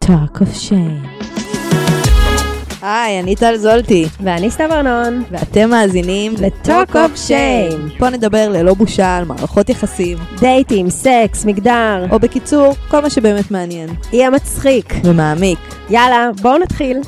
Talk of Shame. היי, אני טל זולטי. ואני סתיו ארנון. ואתם מאזינים ל-Talk of Shame. פה נדבר ללא בושה על מערכות יחסים, דייטים, סקס, מגדר. או בקיצור, כל מה שבאמת מעניין. יהיה מצחיק. ומעמיק. יאללה, בואו נתחיל.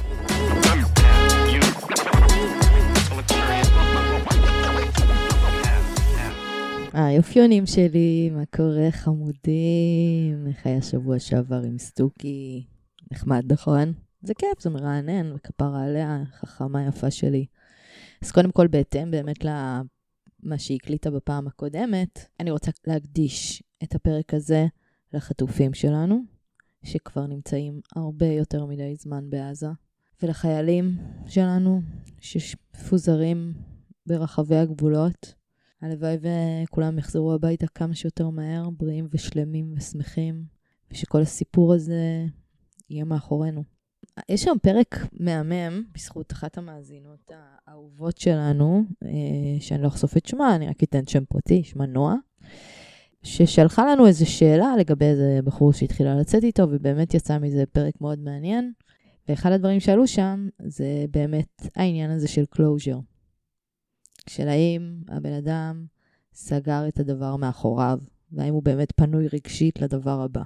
היופיונים שלי, מה קורה חמודים? איך היה שבוע שעבר עם סטוקי? נחמד, נכון? זה כיף, זה מרענן, וכפרה עליה, חכמה יפה שלי. אז קודם כל, בהתאם באמת למה שהיא הקליטה בפעם הקודמת, אני רוצה להקדיש את הפרק הזה לחטופים שלנו, שכבר נמצאים הרבה יותר מדי זמן בעזה, ולחיילים שלנו שפוזרים ברחבי הגבולות. הלוואי וכולם יחזרו הביתה כמה שיותר מהר, בריאים ושלמים ושמחים, ושכל הסיפור הזה יהיה מאחורינו. יש שם פרק מהמם, בזכות אחת המאזינות האהובות שלנו, שאני לא אחשוף את שמה, אני רק אתן שם פרטי, שמה נועה, ששלחה לנו איזו שאלה לגבי איזה בחור שהתחילה לצאת איתו, ובאמת יצא מזה פרק מאוד מעניין, ואחד הדברים שעלו שם, זה באמת העניין הזה של closure. של האם הבן אדם סגר את הדבר מאחוריו, והאם הוא באמת פנוי רגשית לדבר הבא.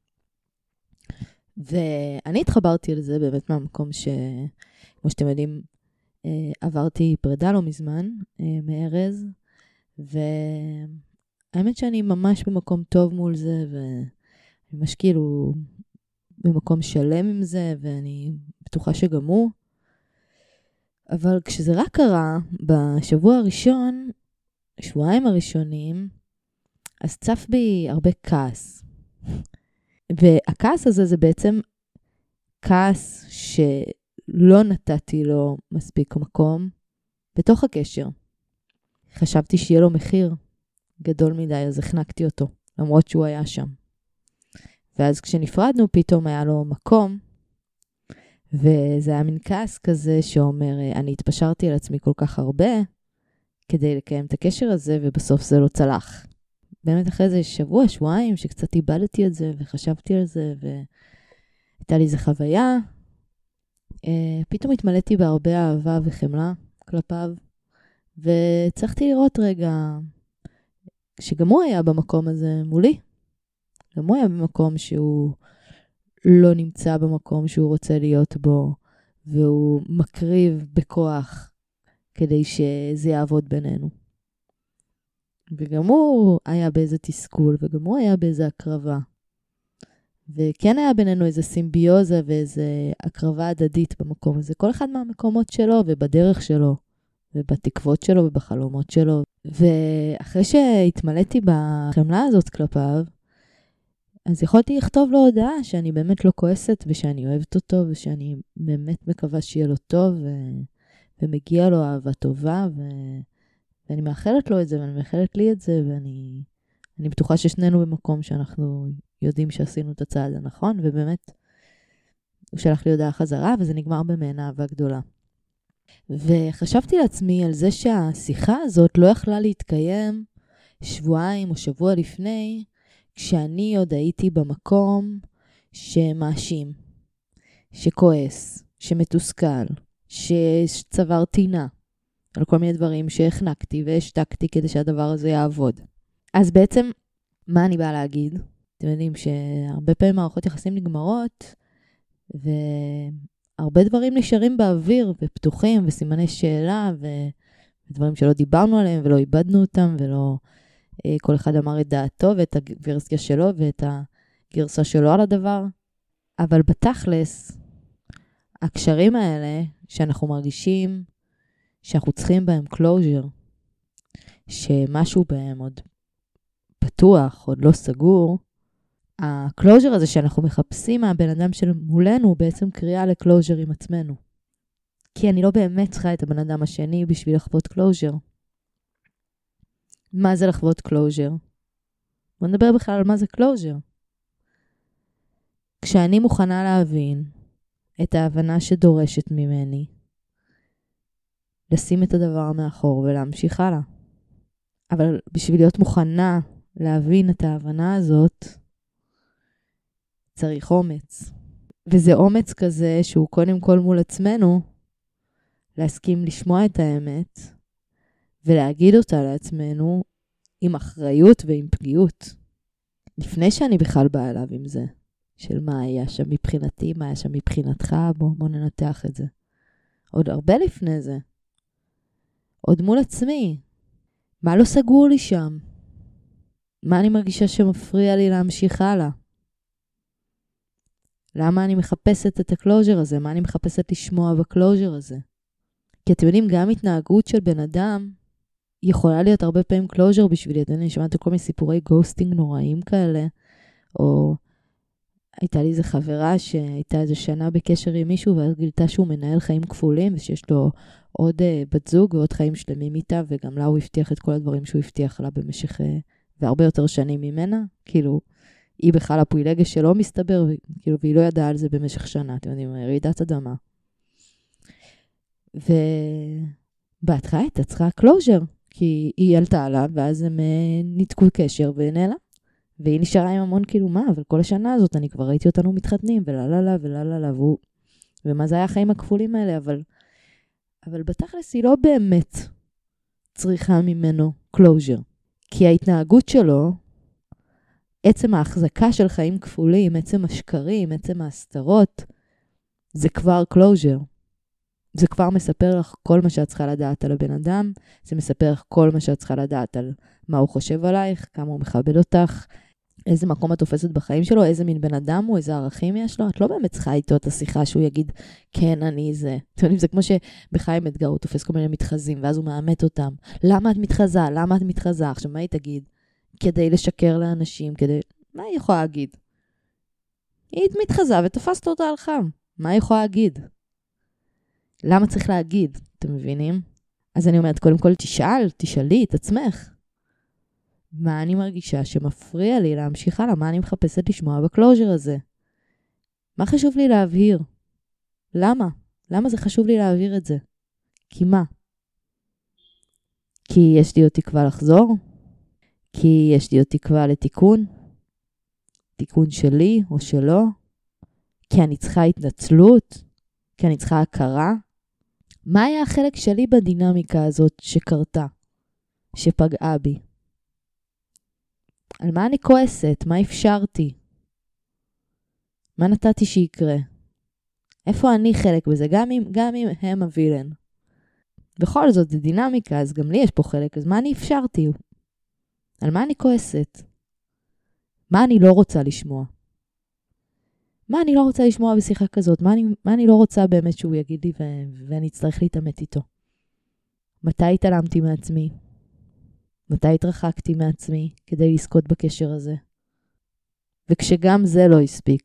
ואני התחברתי לזה באמת מהמקום כמו שאתם יודעים, עברתי פרידה לא מזמן, מארז, והאמת שאני ממש במקום טוב מול זה, ואני ממש כאילו במקום שלם עם זה, ואני בטוחה שגם הוא. אבל כשזה רק קרה, בשבוע הראשון, שבועיים הראשונים, אז צף בי הרבה כעס. והכעס הזה זה בעצם כעס שלא נתתי לו מספיק מקום בתוך הקשר. חשבתי שיהיה לו מחיר גדול מדי, אז החנקתי אותו, למרות שהוא היה שם. ואז כשנפרדנו, פתאום היה לו מקום, וזה היה מין כעס כזה שאומר, אני התפשרתי על עצמי כל כך הרבה, כדי לקיים את הקשר הזה, ובסוף זה לא צלח. באמת אחרי זה שבוע, שבועיים, שקצת איבדתי את זה, וחשבתי על זה, והייתה לי איזו חוויה. פתאום התמלאתי בהרבה אהבה וחמלה כלפיו, וצריכתי לראות רגע, שגם הוא היה במקום הזה מולי. גם הוא היה במקום שהוא לא נמצא במקום שהוא רוצה להיות בו, והוא מקריב בכוח כדי שזה יעבוד בינינו. וגם הוא היה באיזה תסכול, וגם הוא היה באיזה הקרבה. וכן היה בינינו איזה סימביוזה ואיזה הקרבה הדדית במקום הזה. כל אחד מהמקומות שלו ובדרך שלו, ובתקוות שלו ובחלומות שלו. ואחרי שהתמלאתי בחמלה הזאת כלפיו, אז יכולתי לכתוב לו הודעה שאני באמת לא כועסת, ושאני אוהבת אותו, ושאני באמת מקווה שיהיה לו טוב, ומגיע לו אהבה טובה, ואני מאחלת לו את זה, ואני מאחלת לי את זה, ואני בטוחה ששנינו במקום שאנחנו יודעים שעשינו את הצעד הנכון, ובאמת הוא שלח לי הודעה חזרה, וזה נגמר במעין אהבה גדולה. וחשבתי לעצמי על זה שהשיחה הזאת לא יכלה להתקיים שבועיים או שבוע לפני, כשאני עוד הייתי במקום שמאשים, שכועס, שמתוסכל, שצבר טינה, על כל מיני דברים שהחנקתי והשתקתי כדי שהדבר הזה יעבוד. אז בעצם, מה אני באה להגיד? אתם יודעים שהרבה פעמים מערכות יחסים נגמרות, והרבה דברים נשארים באוויר, ופתוחים, וסימני שאלה, ודברים שלא דיברנו עליהם, ולא איבדנו אותם, ולא כל אחד אמר את דעתו, ואת הוורסיה שלו, ואת הגרסה שלו על הדבר. אבל בתכלס, הקשרים האלה, שאנחנו מרגישים, שאנחנו צריכים בהם closure, שמשהו בהם עוד פתוח, עוד לא סגור, ה-closure הזה שאנחנו מחפשים מהבן אדם של מולנו, הוא בעצם קריאה ל-closure עם עצמנו. כי אני לא באמת צריכה את הבן אדם השני בשביל לחוות closure. מה זה לחוות closure? בוא נדבר בכלל על מה זה closure. כשאני מוכנה להבין את ההבנה שדורשת ממני, לשים את הדבר מאחור ולהמשיך הלאה. אבל בשביל להיות מוכנה להבין את ההבנה הזאת, צריך אומץ. וזה אומץ כזה שהוא קודם כל מול עצמנו, להסכים לשמוע את האמת, ולהגיד אותה לעצמנו עם אחריות ועם פגיעות. לפני שאני בכלל באה אליו עם זה, של מה היה שם מבחינתי, מה היה שם מבחינתך, בוא ננתח את זה. עוד הרבה לפני זה. עוד מול עצמי. מה לא סגור לי שם? מה אני מרגישה שמפריע לי להמשיך הלאה? למה אני מחפשת את הקלוז'ר הזה? מה אני מחפשת לשמוע בקלוז'ר הזה? כי אתם יודעים, גם התנהגות של בן אדם יכולה להיות הרבה פעמים קלוז'ר בשבילי. אני שמעתי כל מיני סיפורי גוסטינג נוראים כאלה, או הייתה לי איזו חברה שהייתה איזו שנה בקשר עם מישהו, ואז גילתה שהוא מנהל חיים כפולים, ושיש לו עוד בת זוג ועוד חיים שלמים איתה, וגם לה הוא הבטיח את כל הדברים שהוא הבטיח לה במשך והרבה יותר שנים ממנה. כאילו, היא בכלל הפרילגיה שלא מסתבר, כאילו, והיא לא ידעה על זה במשך שנה, אתם יודעים, רעידת אדמה. ובהתחלה הייתה צריכה קלוז'ר, כי היא ילתה עליו, ואז הם ניתקו קשר ונעלה. והיא נשארה עם המון כאילו, מה, אבל כל השנה הזאת אני כבר ראיתי אותנו מתחתנים, וללה, וללה, ומה זה היה החיים הכפולים האלה, אבל בתכלס היא לא באמת צריכה ממנו קלוז'ר. כי ההתנהגות שלו, עצם ההחזקה של חיים כפולים, עצם השקרים, עצם ההסתרות, זה כבר קלוז'ר. זה כבר מספר לך כל מה שאת צריכה לדעת על הבן אדם, זה מספר לך כל מה שאת צריכה לדעת על מה הוא חושב עלייך, כמה הוא מכבד אותך, איזה מקום את תופסת בחיים שלו, איזה מין בן אדם הוא, איזה ערכים יש לו. את לא באמת צריכה איתו את השיחה שהוא יגיד, כן, אני זה. אתם יודעים, זה כמו שבחיים אתגר הוא תופס כל מיני מתחזים, ואז הוא מאמת אותם. למה את מתחזה? למה את מתחזה? עכשיו, מה היא תגיד? כדי לשקר לאנשים, מה היא יכולה להגיד? היא מתחזה ותפסת אותה על חם. מה היא יכולה להגיד? למה צריך להגיד? אתם מבינים? אז אני אומרת, קודם כל תשאלי את עצמך. מה אני מרגישה שמפריע לי להמשיך הלאה? מה אני מחפשת לשמוע בקלוז'ר הזה? מה חשוב לי להבהיר? למה? למה זה חשוב לי להבהיר את זה? כי מה? כי יש לי עוד תקווה לחזור? כי יש לי עוד תקווה לתיקון? תיקון שלי או שלו? כי אני צריכה התנצלות? כי אני צריכה הכרה? מה היה החלק שלי בדינמיקה הזאת שקרתה? שפגעה בי? על מה אני כועסת? מה אפשרתי? מה נתתי שיקרה? איפה אני חלק בזה? גם אם הם הווילן. בכל זאת, זה דינמיקה, אז גם לי יש פה חלק. אז מה אני אפשרתי? על מה אני כועסת? מה אני לא רוצה לשמוע? מה אני לא רוצה לשמוע בשיחה כזאת? מה אני לא רוצה באמת שהוא יגיד לי ואני אצטרך להתאמת איתו? מתי התעלמתי מעצמי? מתי התרחקתי מעצמי כדי לזכות בקשר הזה? וכשגם זה לא הספיק,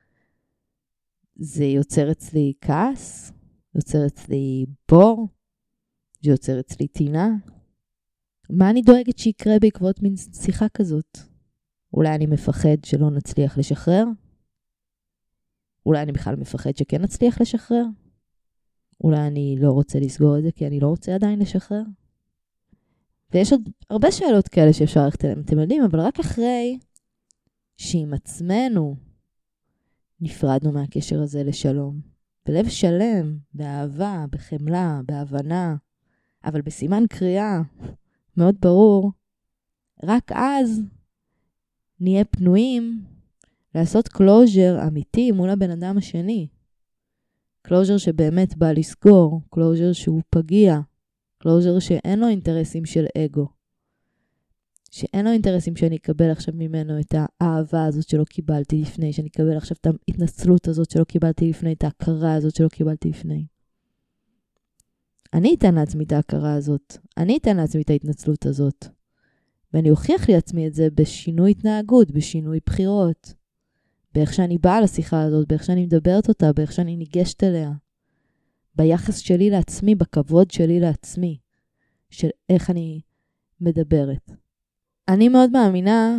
זה יוצר אצלי כעס, יוצר אצלי בור, זה יוצר אצלי טינה. מה אני דואגת שיקרה בעקבות מין שיחה כזאת? אולי אני מפחד שלא נצליח לשחרר? אולי אני בכלל מפחד שכן נצליח לשחרר? אולי אני לא רוצה לסגור את זה כי אני לא רוצה עדיין לשחרר? ויש עוד הרבה שאלות כאלה שאפשר ללכת אליהם, אתם יודעים, אבל רק אחרי שעם עצמנו נפרדנו מהקשר הזה לשלום. בלב שלם, באהבה, בחמלה, בהבנה, אבל בסימן קריאה מאוד ברור, רק אז נהיה פנויים לעשות קלוז'ר אמיתי מול הבן אדם השני. קלוז'ר שבאמת בא לסגור, קלוז'ר שהוא פגיע, קלוז'ר שאין לו אינטרסים של אגו. שאין לו אינטרסים שאני אקבל עכשיו ממנו את האהבה הזאת שלא קיבלתי לפני, שאני אקבל עכשיו את ההתנצלות הזאת שלא קיבלתי לפני, את ההכרה הזאת שלא קיבלתי לפני. אני אתן לעצמי את ההכרה הזאת, אני אתן לעצמי את ההתנצלות הזאת. ואני אוכיח לעצמי את זה בשינוי התנהגות, בשינוי בחירות. באיך שאני באה לשיחה הזאת, באיך שאני מדברת אותה, באיך שאני ניגשת אליה. ביחס שלי לעצמי, בכבוד שלי לעצמי, של איך אני מדברת. אני מאוד מאמינה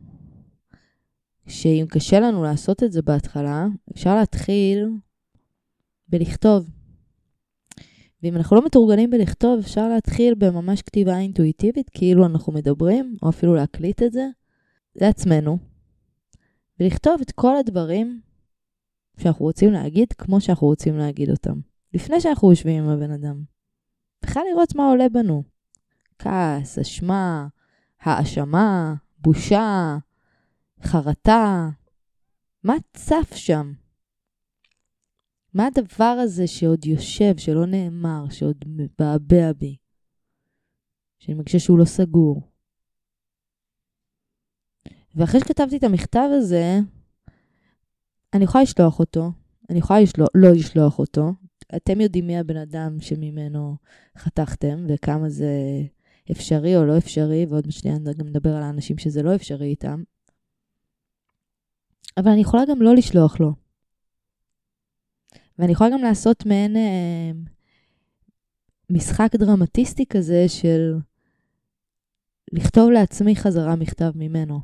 שאם קשה לנו לעשות את זה בהתחלה, אפשר להתחיל בלכתוב. ואם אנחנו לא מתורגלים בלכתוב, אפשר להתחיל בממש כתיבה אינטואיטיבית, כאילו אנחנו מדברים, או אפילו להקליט את זה לעצמנו, ולכתוב את כל הדברים שאנחנו רוצים להגיד כמו שאנחנו רוצים להגיד אותם. לפני שאנחנו יושבים עם הבן אדם. בכלל לראות מה עולה בנו. כעס, אשמה, האשמה, בושה, חרטה. מה צף שם? מה הדבר הזה שעוד יושב, שלא נאמר, שעוד מבעבע בי? שאני מרגישה שהוא לא סגור. ואחרי שכתבתי את המכתב הזה, אני יכולה לשלוח אותו. אני יכולה לא לשלוח אותו. אתם יודעים מי הבן אדם שממנו חתכתם, וכמה זה אפשרי או לא אפשרי, ועוד משנייה אני גם מדבר על האנשים שזה לא אפשרי איתם. אבל אני יכולה גם לא לשלוח לו. ואני יכולה גם לעשות מעין משחק דרמטיסטי כזה של לכתוב לעצמי חזרה מכתב ממנו.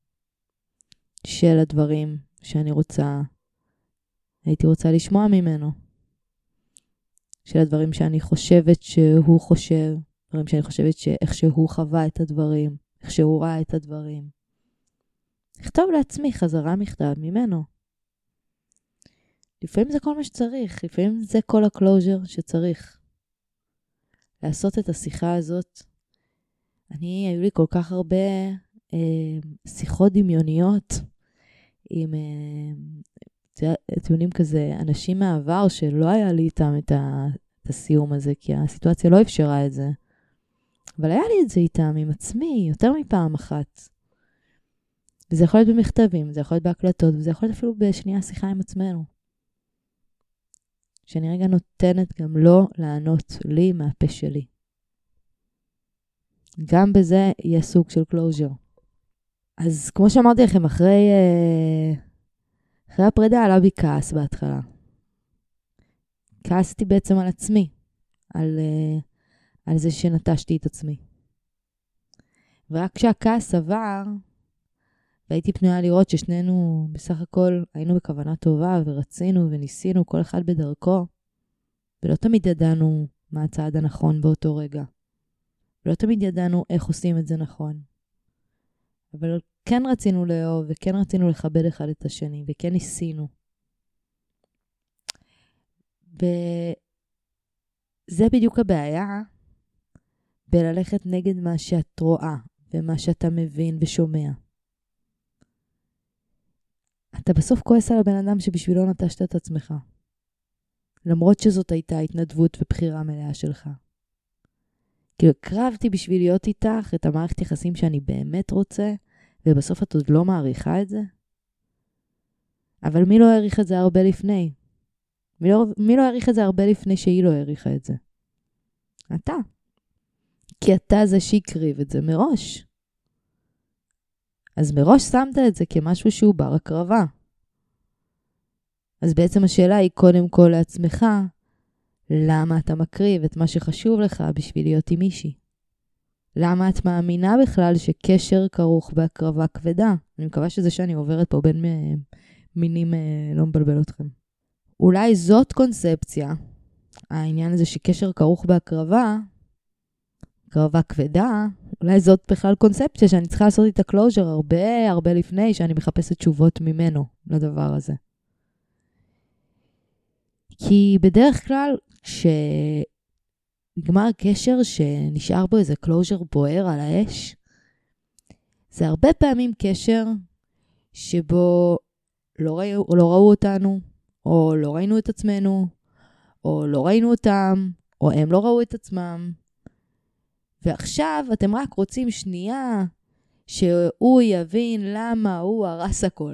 של הדברים שאני הייתי רוצה לשמוע ממנו. של הדברים שאני חושבת שהוא חושב, דברים שאני חושבת שאיך שהוא חווה את הדברים, איך שהוא ראה את הדברים. לכתוב לעצמי חזרה מכתב ממנו. לפעמים זה כל מה שצריך, לפעמים זה כל הקלוז'ר שצריך. לעשות את השיחה הזאת. היו לי כל כך הרבה שיחות דמיוניות עם טיעונים כזה, אנשים מהעבר שלא היה לי איתם את הסיום הזה, כי הסיטואציה לא אפשרה את זה. אבל היה לי את זה איתם, עם עצמי, יותר מפעם אחת. וזה יכול להיות במכתבים, זה יכול להיות בהקלטות, וזה יכול להיות אפילו בשנייה שיחה עם עצמנו. שאני רגע נותנת גם לא לענות לי מהפה שלי. גם בזה יהיה סוג של closure. אז כמו שאמרתי לכם, אחרי הפרידה עלה בי כעס בהתחלה. כעסתי בעצם על עצמי, על זה שנטשתי את עצמי. ורק כשהכעס עבר, והייתי פנויה לראות ששנינו בסך הכל היינו בכוונה טובה ורצינו וניסינו כל אחד בדרכו, ולא תמיד ידענו מה הצעד הנכון באותו רגע. ולא תמיד ידענו איך עושים את זה נכון. אבל כן רצינו לאהוב וכן רצינו לכבד אחד את השני וכן ניסינו. וזה בדיוק הבעיה בללכת נגד מה שאת רואה ומה שאתה מבין ושומע. אתה בסוף כועס על הבן אדם שבשבילו נטשת את עצמך. למרות שזאת הייתה התנדבות ובחירה מלאה שלך. כאילו הקרבתי בשביל להיות איתך את המערכת יחסים שאני באמת רוצה, ובסוף את עוד לא מעריכה את זה? אבל מי לא העריך את זה הרבה לפני? מי לא העריך את זה הרבה לפני שהיא לא העריכה את זה? אתה. כי אתה זה שהקריב את זה מראש. אז מראש שמת את זה כמשהו שהוא בר הקרבה. אז בעצם השאלה היא קודם כל לעצמך, למה אתה מקריב את מה שחשוב לך בשביל להיות עם מישהי? למה את מאמינה בכלל שקשר כרוך בהקרבה כבדה? אני מקווה שזה שאני עוברת פה בין מינים לא מבלבל אתכם. אולי זאת קונספציה, העניין הזה שקשר כרוך בהקרבה, הקרבה כבדה, אולי זאת בכלל קונספציה שאני צריכה לעשות איתה קלוז'ר הרבה לפני שאני מחפשת תשובות ממנו לדבר הזה. כי בדרך כלל כשנגמר קשר שנשאר בו איזה קלוז'ר בוער על האש, זה הרבה פעמים קשר שבו לא ראו אותנו, או לא ראינו את עצמנו, או לא ראינו אותם, או הם לא ראו את עצמם. ועכשיו אתם רק רוצים שנייה שהוא יבין למה הוא הרס הכל.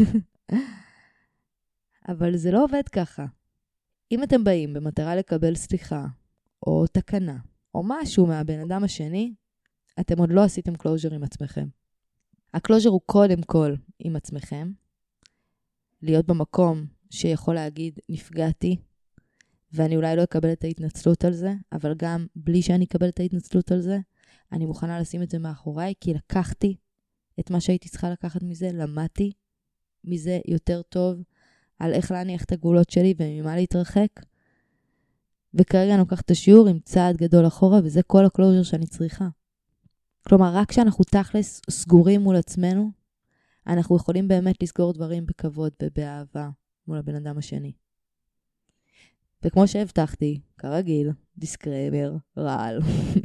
אבל זה לא עובד ככה. אם אתם באים במטרה לקבל סליחה, או תקנה, או משהו מהבן אדם השני, אתם עוד לא עשיתם קלוז'ר עם עצמכם. הקלוז'ר הוא קודם כל עם עצמכם, להיות במקום שיכול להגיד נפגעתי, ואני אולי לא אקבל את ההתנצלות על זה, אבל גם בלי שאני אקבל את ההתנצלות על זה, אני מוכנה לשים את זה מאחוריי, כי לקחתי את מה שהייתי צריכה לקחת מזה, למדתי מזה יותר טוב, על איך להניח את הגבולות שלי וממה להתרחק. וכרגע אני לוקח את השיעור עם צעד גדול אחורה, וזה כל הקלוז'ר שאני צריכה. כלומר, רק כשאנחנו תכלס סגורים מול עצמנו, אנחנו יכולים באמת לסגור דברים בכבוד ובאהבה מול הבן אדם השני. וכמו שהבטחתי, כרגיל, דיסקריימר, רעל.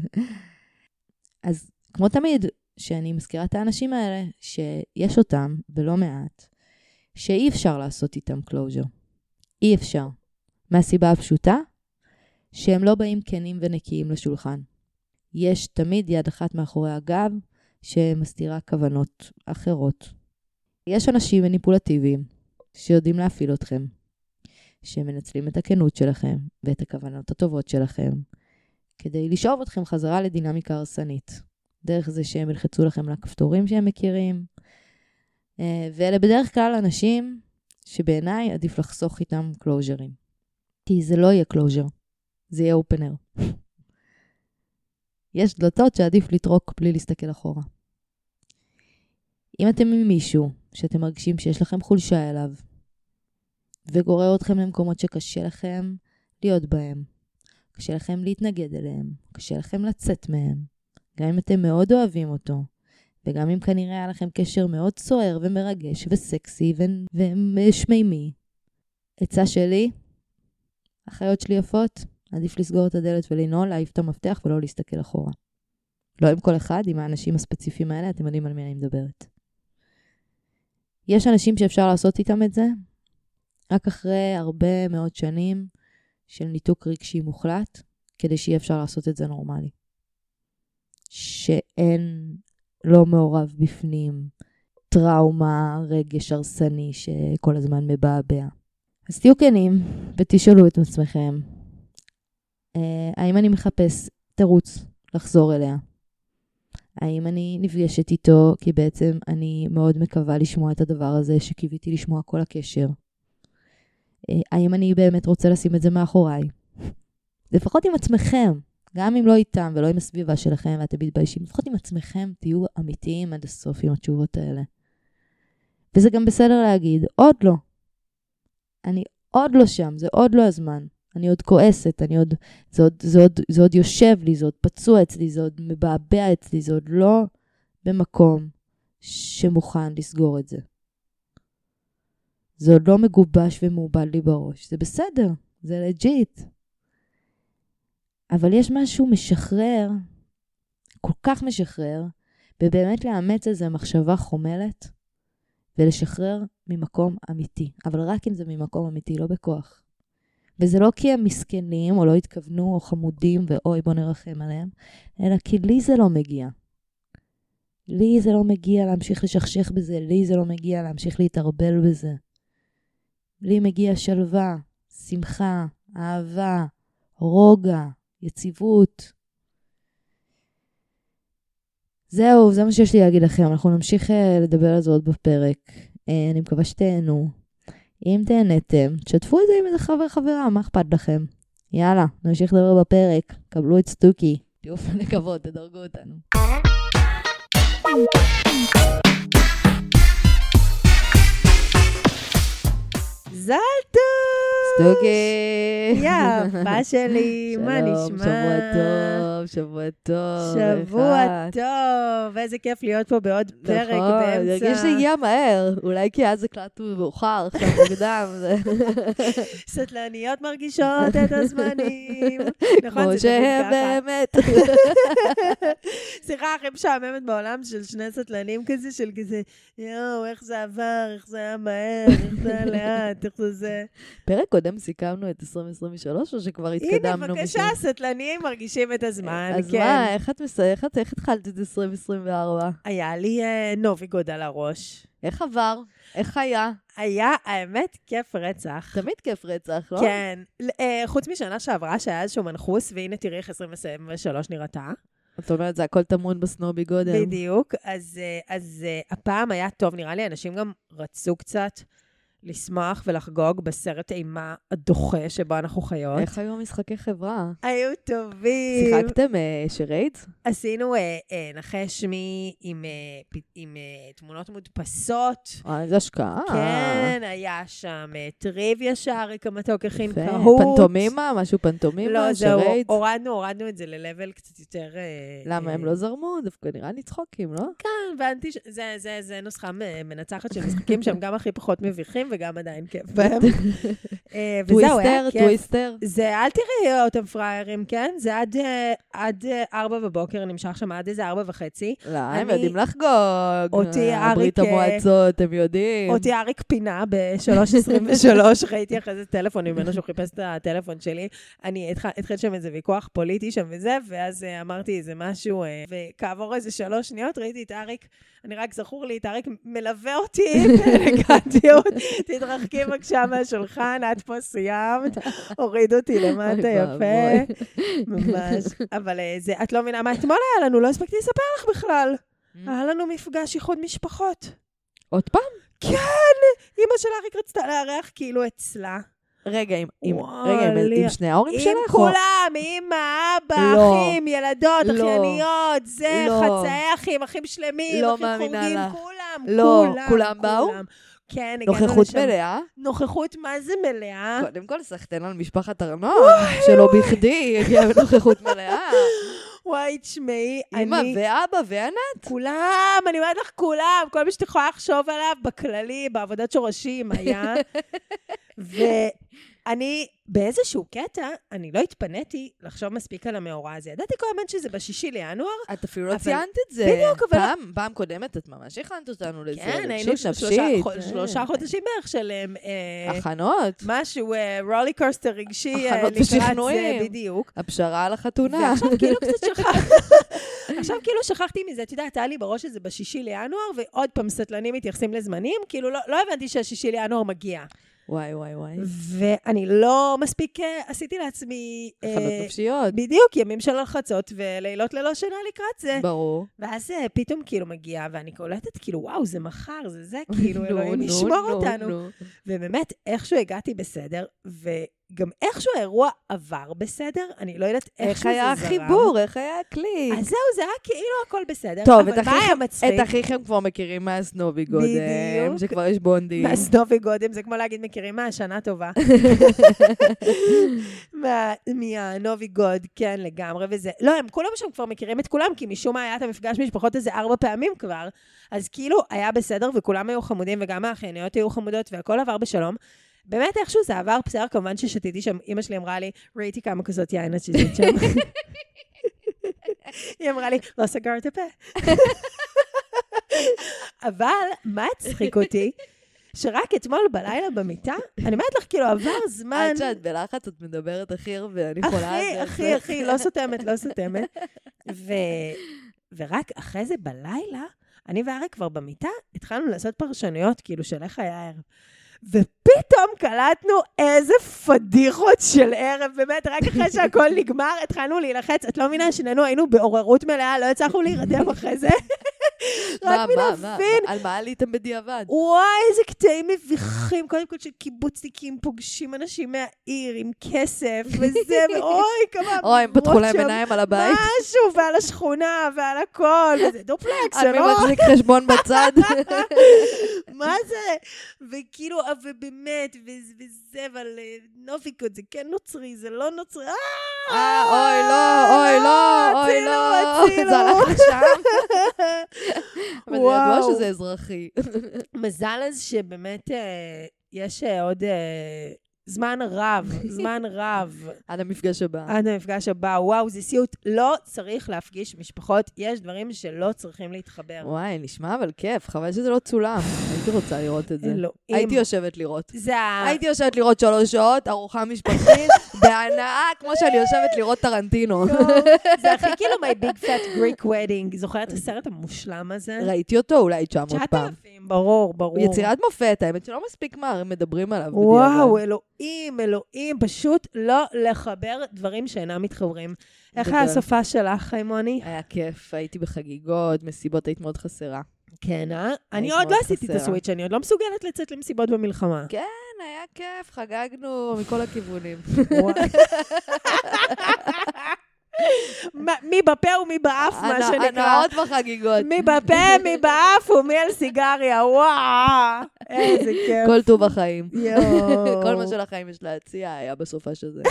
אז כמו תמיד, שאני מזכירה את האנשים האלה, שיש אותם, ולא מעט, שאי אפשר לעשות איתם closure. אי אפשר. מהסיבה הפשוטה, שהם לא באים כנים ונקיים לשולחן. יש תמיד יד אחת מאחורי הגב, שמסתירה כוונות אחרות. יש אנשים מניפולטיביים, שיודעים להפעיל אתכם, שמנצלים את הכנות שלכם, ואת הכוונות הטובות שלכם, כדי לשאוב אתכם חזרה לדינמיקה הרסנית. דרך זה שהם ילחצו לכם לכפתורים שהם מכירים, ואלה בדרך כלל אנשים שבעיניי עדיף לחסוך איתם קלוז'רים. כי זה לא יהיה קלוז'ר, זה יהיה אופנר. יש דלתות שעדיף לטרוק בלי להסתכל אחורה. אם אתם עם מישהו שאתם מרגישים שיש לכם חולשה אליו, וגורר אתכם למקומות שקשה לכם להיות בהם, קשה לכם להתנגד אליהם, קשה לכם לצאת מהם, גם אם אתם מאוד אוהבים אותו, וגם אם כנראה היה לכם קשר מאוד סוער ומרגש וסקסי ושמימי. עצה שלי, החיות שלי יפות, עדיף לסגור את הדלת ולנעול, להעיף את המפתח ולא להסתכל אחורה. לא עם כל אחד, עם האנשים הספציפיים האלה, אתם יודעים על מי אני מדברת. יש אנשים שאפשר לעשות איתם את זה, רק אחרי הרבה מאוד שנים של ניתוק רגשי מוחלט, כדי שיהיה אפשר לעשות את זה נורמלי. שאין לא מעורב בפנים, טראומה, רגש הרסני שכל הזמן מבעבע. אז תהיו כנים ותשאלו את עצמכם, האם אני מחפש תירוץ לחזור אליה? האם אני נפגשת איתו כי בעצם אני מאוד מקווה לשמוע את הדבר הזה שקיוויתי לשמוע כל הקשר? האם אני באמת רוצה לשים את זה מאחוריי? לפחות עם עצמכם, גם אם לא איתם ולא עם הסביבה שלכם ואתם מתביישים, לפחות עם עצמכם תהיו אמיתיים עד הסוף עם התשובות האלה. וזה גם בסדר להגיד, עוד לא. אני עוד לא שם, זה עוד לא הזמן. אני עוד כועסת, זה עוד יושב לי, זה עוד פצוע אצלי, זה עוד מבעבע אצלי, זה עוד לא במקום שמוכן לסגור את זה. זה עוד לא מגובש ומעובד לי בראש. זה בסדר, זה לג'יט. אבל יש משהו משחרר, כל כך משחרר, ובאמת לאמץ איזו מחשבה חומלת, ולשחרר ממקום אמיתי. אבל רק אם זה ממקום אמיתי, לא בכוח. וזה לא כי הם מסכנים, או לא התכוונו, או חמודים, ואוי בוא נרחם עליהם, אלא כי לי זה לא מגיע. לי זה לא מגיע להמשיך לשכשך בזה, לי זה לא מגיע להמשיך להתערבל בזה. לי מגיע שלווה, שמחה, אהבה, רוגע, יציבות. זהו, זה מה שיש לי להגיד לכם. אנחנו נמשיך לדבר על זה עוד בפרק. אני מקווה שתהנו. אם תהנתם, תשתפו את זה עם איזה חברה, מה אכפת לכם? יאללה, נמשיך לדבר בפרק. קבלו את סטוקי. תהיו לכבוד, תדרגו אותנו. זלטו! סטוקי! יפה שלי, מה נשמע? שלום, שבוע טוב, שבוע טוב. שבוע טוב, איזה כיף להיות פה בעוד פרק באמצע. נכון, הרגיש שהגיע מהר, אולי כי אז הקלטנו מאוחר, עכשיו מוקדם. סטלניות מרגישות את הזמנים. כמו שהם באמת. שיחה הכי משעממת בעולם של שני סטלנים כזה, של כזה, יואו, איך זה עבר, איך זה היה מהר, איך זה היה לאט, איך זה. פרק קודם סיכמנו את 2023, או שכבר התקדמנו? הנה, בבקשה, סטלניים מרגישים את הזמן. אז מה, איך התחלת את 2024? היה לי נוביגוד על הראש. איך עבר? איך היה? היה, האמת, כיף רצח. תמיד כיף רצח, לא? כן. חוץ משנה שעברה שהיה איזשהו מנחוס, והנה תראי איך 2023 נראתה. זאת אומרת, זה הכל תמון בסנובי גודל. בדיוק. אז הפעם היה טוב, נראה לי, אנשים גם רצו קצת לשמוח ולחגוג בסרט אימה הדוחה שבו אנחנו חיות. איך היו משחקי חברה? היו טובים. שיחקתם שריידס? עשינו נחש מי עם תמונות מודפסות. זה השקעה. כן, היה שם טריוויה שאריק המתוק הכין קהות. פנטומימה? משהו פנטומימה? לא, זהו, שריידס? הורדנו את זה ללבל קצת יותר... למה הם לא זרמו? דווקא נראה לי צחוקים, לא? כן, הבנתי, זה נוסחה מנצחת של משחקים שהם גם הכי פחות מביכים, וגם עדיין כיף בהם. וזהו, היה כיף. טוויסטר. זה, אל תראי אותם פריירים, כן? זה עד 4 בבוקר, נמשך שם עד איזה 4:30. לא, הם יודעים לחגוג. אותי ברית המועצות, הם יודעים. אותי אריק פינה ב-3:23, ראיתי אחרי זה טלפון ממנו שהוא חיפש את הטלפון שלי. אני התחיל שם איזה ויכוח פוליטי שם וזה, ואז אמרתי איזה משהו, וכעבור איזה 3 שניות ראיתי את אריק, אני רק זכור לי, את אריק מלווה אותי באלגנטיות, תתרחקי בבקשה מהשולחן, את פה סיימת, הוריד אותי למטה יפה, ממש. אבל זה, את לא מבינה מה אתמול היה לנו, לא הספקתי לספר לך בכלל. היה לנו מפגש איחוד משפחות. עוד פעם? כן! אמא של אריק רצתה לארח כאילו אצלה. רגע, עם שני ההורים שלך? עם כולם, אמא, אבא, אחים, ילדות, אחייניות, זה, חצאי אחים, אחים שלמים, אחים חורגים, כולם, לא, כולם באו? כן, הגענו לשם. נוכחות מלאה? נוכחות, מה זה מלאה? קודם כל, סחטן על משפחת ארנון, שלא בכדי הגיעה בנוכחות מלאה. וואי, תשמעי, אמא ואבא וענת? כולם, אני אומרת לך כולם, כל מי שתכולה לחשוב עליו בכללי, בעבודת שורשים היה. ואני באיזשהו קטע, אני לא התפניתי לחשוב מספיק על המאורע הזה. ידעתי כל הזמן שזה ב6 לינואר. את אפילו לא ציינת את זה. בדיוק, אבל... פעם קודמת את ממש הכנת אותנו לזה. כן, היינו 3 חודשים בערך של... הכנות. משהו, רולי קוסטר רגשי. הכנות ושכנועים. זה בדיוק. הפשרה על החתונה. ועכשיו כאילו קצת עכשיו כאילו שכחתי מזה, אתה יודעת, היה לי בראש שזה ב6 לינואר, ועוד פעם סטלנים מתייחסים לזמנים, כאילו לא הבנתי שה6 לינואר מגיע. וואי, וואי, וואי. ואני לא מספיק עשיתי לעצמי... הכנות נפשיות. בדיוק, ימים של לחצות ולילות ללא שינה לקראת זה. ברור. ואז פתאום כאילו מגיע, ואני קולטת כאילו, וואו, זה מחר, זה, כאילו, אלוהים ישמור אותנו. ובאמת, איכשהו הגעתי בסדר, גם איכשהו האירוע עבר בסדר, אני לא יודעת איך היה החיבור, איך היה הקליק. אז זהו, זה היה כאילו הכל בסדר. טוב, את אחיכם כבר מכירים מהסנובי גודם, שכבר יש בונדים. מהסנובי גודם, זה כמו להגיד מכירים מהשנה טובה. מהנובי גוד, כן, לגמרי, וזה. לא, הם כולם שם כבר מכירים את כולם, כי משום מה היה את המפגש משפחות איזה 4 פעמים כבר, אז כאילו היה בסדר, וכולם היו חמודים, וגם האחייניות היו חמודות, והכל עבר בשלום. באמת איכשהו זה עבר בסדר, כמובן ששתיתי שם, אמא שלי אמרה לי, ראיתי כמה כזאת יין את שתית שם. היא אמרה לי, לא סגרת הפה. אבל מה הצחיק אותי? שרק אתמול בלילה במיטה, אני אומרת לך, כאילו עבר זמן... עד שאת בלחץ, את מדברת הכי הרבה, אני יכולה... הכי, לא סותמת. ורק אחרי זה בלילה, אני ואריק כבר במיטה, התחלנו לעשות פרשנויות, כאילו של איך היה הערב. ופתאום קלטנו איזה פדיחות של ערב, באמת, רק אחרי שהכל נגמר, התחלנו להילחץ, את לא מבינה, שנינו היינו בעוררות מלאה, לא יצאנו להירדם אחרי זה. רק מלהבין. על מה עליתם בדיעבד? וואי, איזה קטעים מביכים, קודם כל של קיבוצניקים פוגשים אנשים מהעיר עם כסף, וזה, ואוי, כמה... אוי, הם פתחו להם עיניים על הבית. משהו, ועל השכונה, ועל הכל, וזה דופלקס, אני מחזיק חשבון בצד. מה זה? וכאילו, ובאמת, וזה, אבל נוביקות, זה כן נוצרי, זה לא נוצרי. אוי, לא. זה הלך לשם. אבל זה ידוע שזה אזרחי. מזל אז שבאמת יש עוד זמן רב. עד המפגש הבא. וואו, זה סיוט. לא צריך להפגיש משפחות. יש דברים שלא צריכים להתחבר. וואי, נשמע אבל כיף. חבל שזה לא צולם. הייתי רוצה לראות את זה. הייתי יושבת לראות. הייתי יושבת לראות 3 שעות, ארוחה משפחתית, בהנאה, כמו שאני יושבת לראות טרנטינו. זה הכי כאילו my big fat Greek wedding. זוכרת את הסרט המושלם הזה? ראיתי אותו אולי 900 פעם. 9,000, ברור. יצירת מופת, האמת שלא מספיק מה מדברים עליו. וואו, אלוהים, פשוט לא לחבר דברים שאינם מתחברים. איך היה הסופה שלך, חיימוני? היה כיף, הייתי בחגיגות, מסיבות, היית מאוד חסרה. כן, אני עוד לא עשיתי את הסוויץ', אני עוד לא מסוגלת לצאת למסיבות במלחמה. כן, היה כיף, חגגנו מכל הכיוונים. מי בפה ומי באף, מה שנקרא. הנאות בחגיגות. מי בפה, מי באף ומי על סיגריה, וואו. איזה כיף. כל טוב החיים. יואו. כל מה של החיים יש להציע היה בסופה שזה.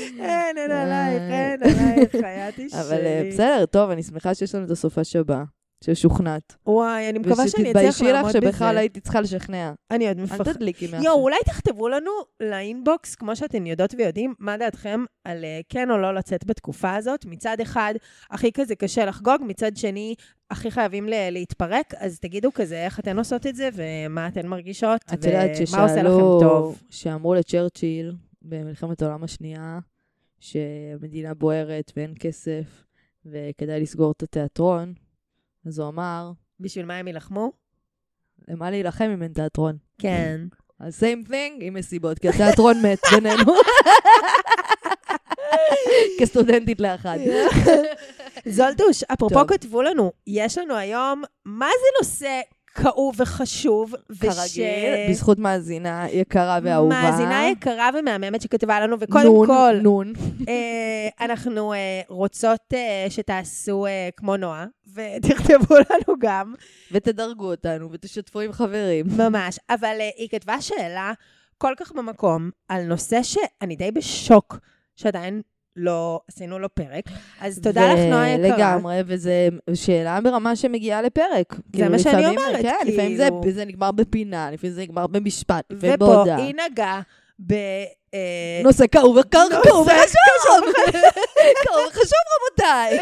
אין עלייך, חייתי שלי. אבל בסדר, טוב, אני שמחה שיש לנו את הסופה שבא. ששוכנעת. וואי, אני מקווה שאני אצליח ושתתביישי לעמוד לך בזה. שבכלל הייתי צריכה לשכנע. אני עוד אל מפחד. תדליקי מעכשיו. אולי תכתבו לנו לאינבוקס, כמו שאתן יודעות ויודעים, מה דעתכם על כן או לא לצאת בתקופה הזאת. מצד אחד, הכי כזה קשה לחגוג, מצד שני, הכי חייבים להתפרק, אז תגידו כזה איך אתן עושות את זה, ומה אתן מרגישות, את יודעת ומה עושה לכם טוב. שאמרו לצ'רצ'יל במלחמת העולם השנייה, שהמדינה בוערת ואין כסף, וכדאי לסגור את התיאטרון, אז הוא אמר, בשביל מה הם ילחמו? למה להילחם אם אין תיאטרון? כן. ה-same thing עם מסיבות, כי התיאטרון מת בינינו. כסטודנטית לאחד. זולטוש, אפרופו כתבו לנו, יש לנו היום, מה זה נושא כאוב וחשוב? כרגיל, בזכות מאזינה יקרה ואהובה. מאזינה יקרה ומהממת שכתבה לנו, וקודם כל, נון. אנחנו רוצות שתעשו כמו נועה, ותכתבו לנו גם. ותדרגו אותנו, ותשתפו עם חברים. ממש, אבל היא כתבה שאלה כל כך במקום, על נושא שאני די בשוק, שעדיין לא עשינו לו פרק. אז תודה לך, נועה יקרה. לגמרי, וזו שאלה ברמה שמגיעה לפרק. זה מה שאני אומרת. כן, לפעמים זה נגמר בפינה, לפעמים זה נגמר במשפט, לפעמים ופה בהודעה. היא נגעה נושא כאוב וחשוב. כאוב וחשוב, רבותיי.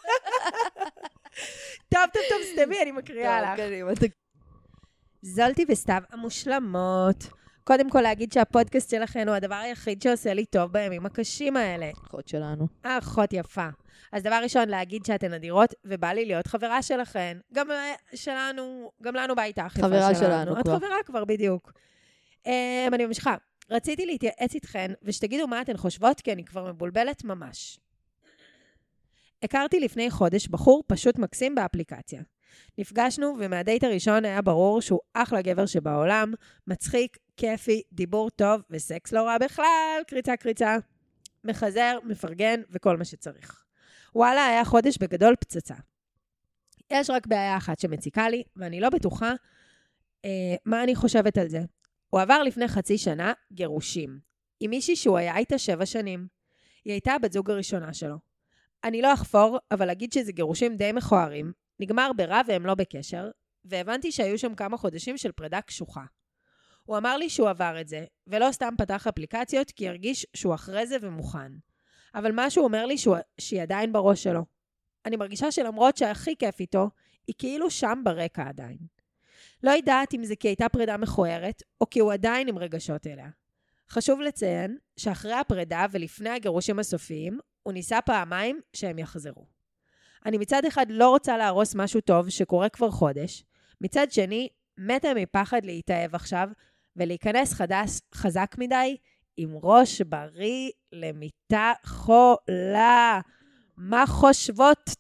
טוב, סתמי, אני מקריאה לך. זולטי וסתיו המושלמות. קודם כל להגיד שהפודקאסט שלכם הוא הדבר היחיד שעושה לי טוב בימים הקשים האלה. אחות שלנו. אחות יפה. אז דבר ראשון, להגיד שאתן אדירות, ובא לי להיות חברה שלכן. גם שלנו, גם לנו בא איתך. חברה שלנו את חברה כבר, בדיוק. אני ממשיכה. רציתי להתייעץ איתכן, ושתגידו מה אתן חושבות, כי אני כבר מבולבלת ממש. הכרתי לפני חודש בחור פשוט מקסים באפליקציה. נפגשנו, ומהדייט הראשון היה ברור שהוא אחלה גבר שבעולם, מצחיק, כיפי, דיבור טוב, וסקס לא רע בכלל, קריצה, מחזר, מפרגן, וכל מה שצריך. וואלה, היה חודש בגדול פצצה. יש רק בעיה אחת שמציקה לי, ואני לא בטוחה מה אני חושבת על זה. הוא עבר לפני חצי שנה גירושים, עם מישהי שהוא היה איתה 7 שנים. היא הייתה הבת זוג הראשונה שלו. אני לא אחפור, אבל אגיד שזה גירושים די מכוערים, נגמר ברע והם לא בקשר, והבנתי שהיו שם כמה חודשים של פרידה קשוחה. הוא אמר לי שהוא עבר את זה, ולא סתם פתח אפליקציות, כי הרגיש שהוא אחרי זה ומוכן. אבל מה שהוא אומר לי שהיא עדיין בראש שלו. אני מרגישה שלמרות שהכי כיף איתו, היא כאילו שם ברקע עדיין. לא יודעת אם זה כי הייתה פרידה מכוערת, או כי הוא עדיין עם רגשות אליה. חשוב לציין שאחרי הפרידה ולפני הגירושים הסופיים, הוא ניסה פעמיים שהם יחזרו. אני מצד אחד לא רוצה להרוס משהו טוב שקורה כבר חודש, מצד שני, מתה מפחד להתאהב עכשיו, ולהיכנס חזק מדי, עם ראש בריא למיטה חולה. מה חושבות?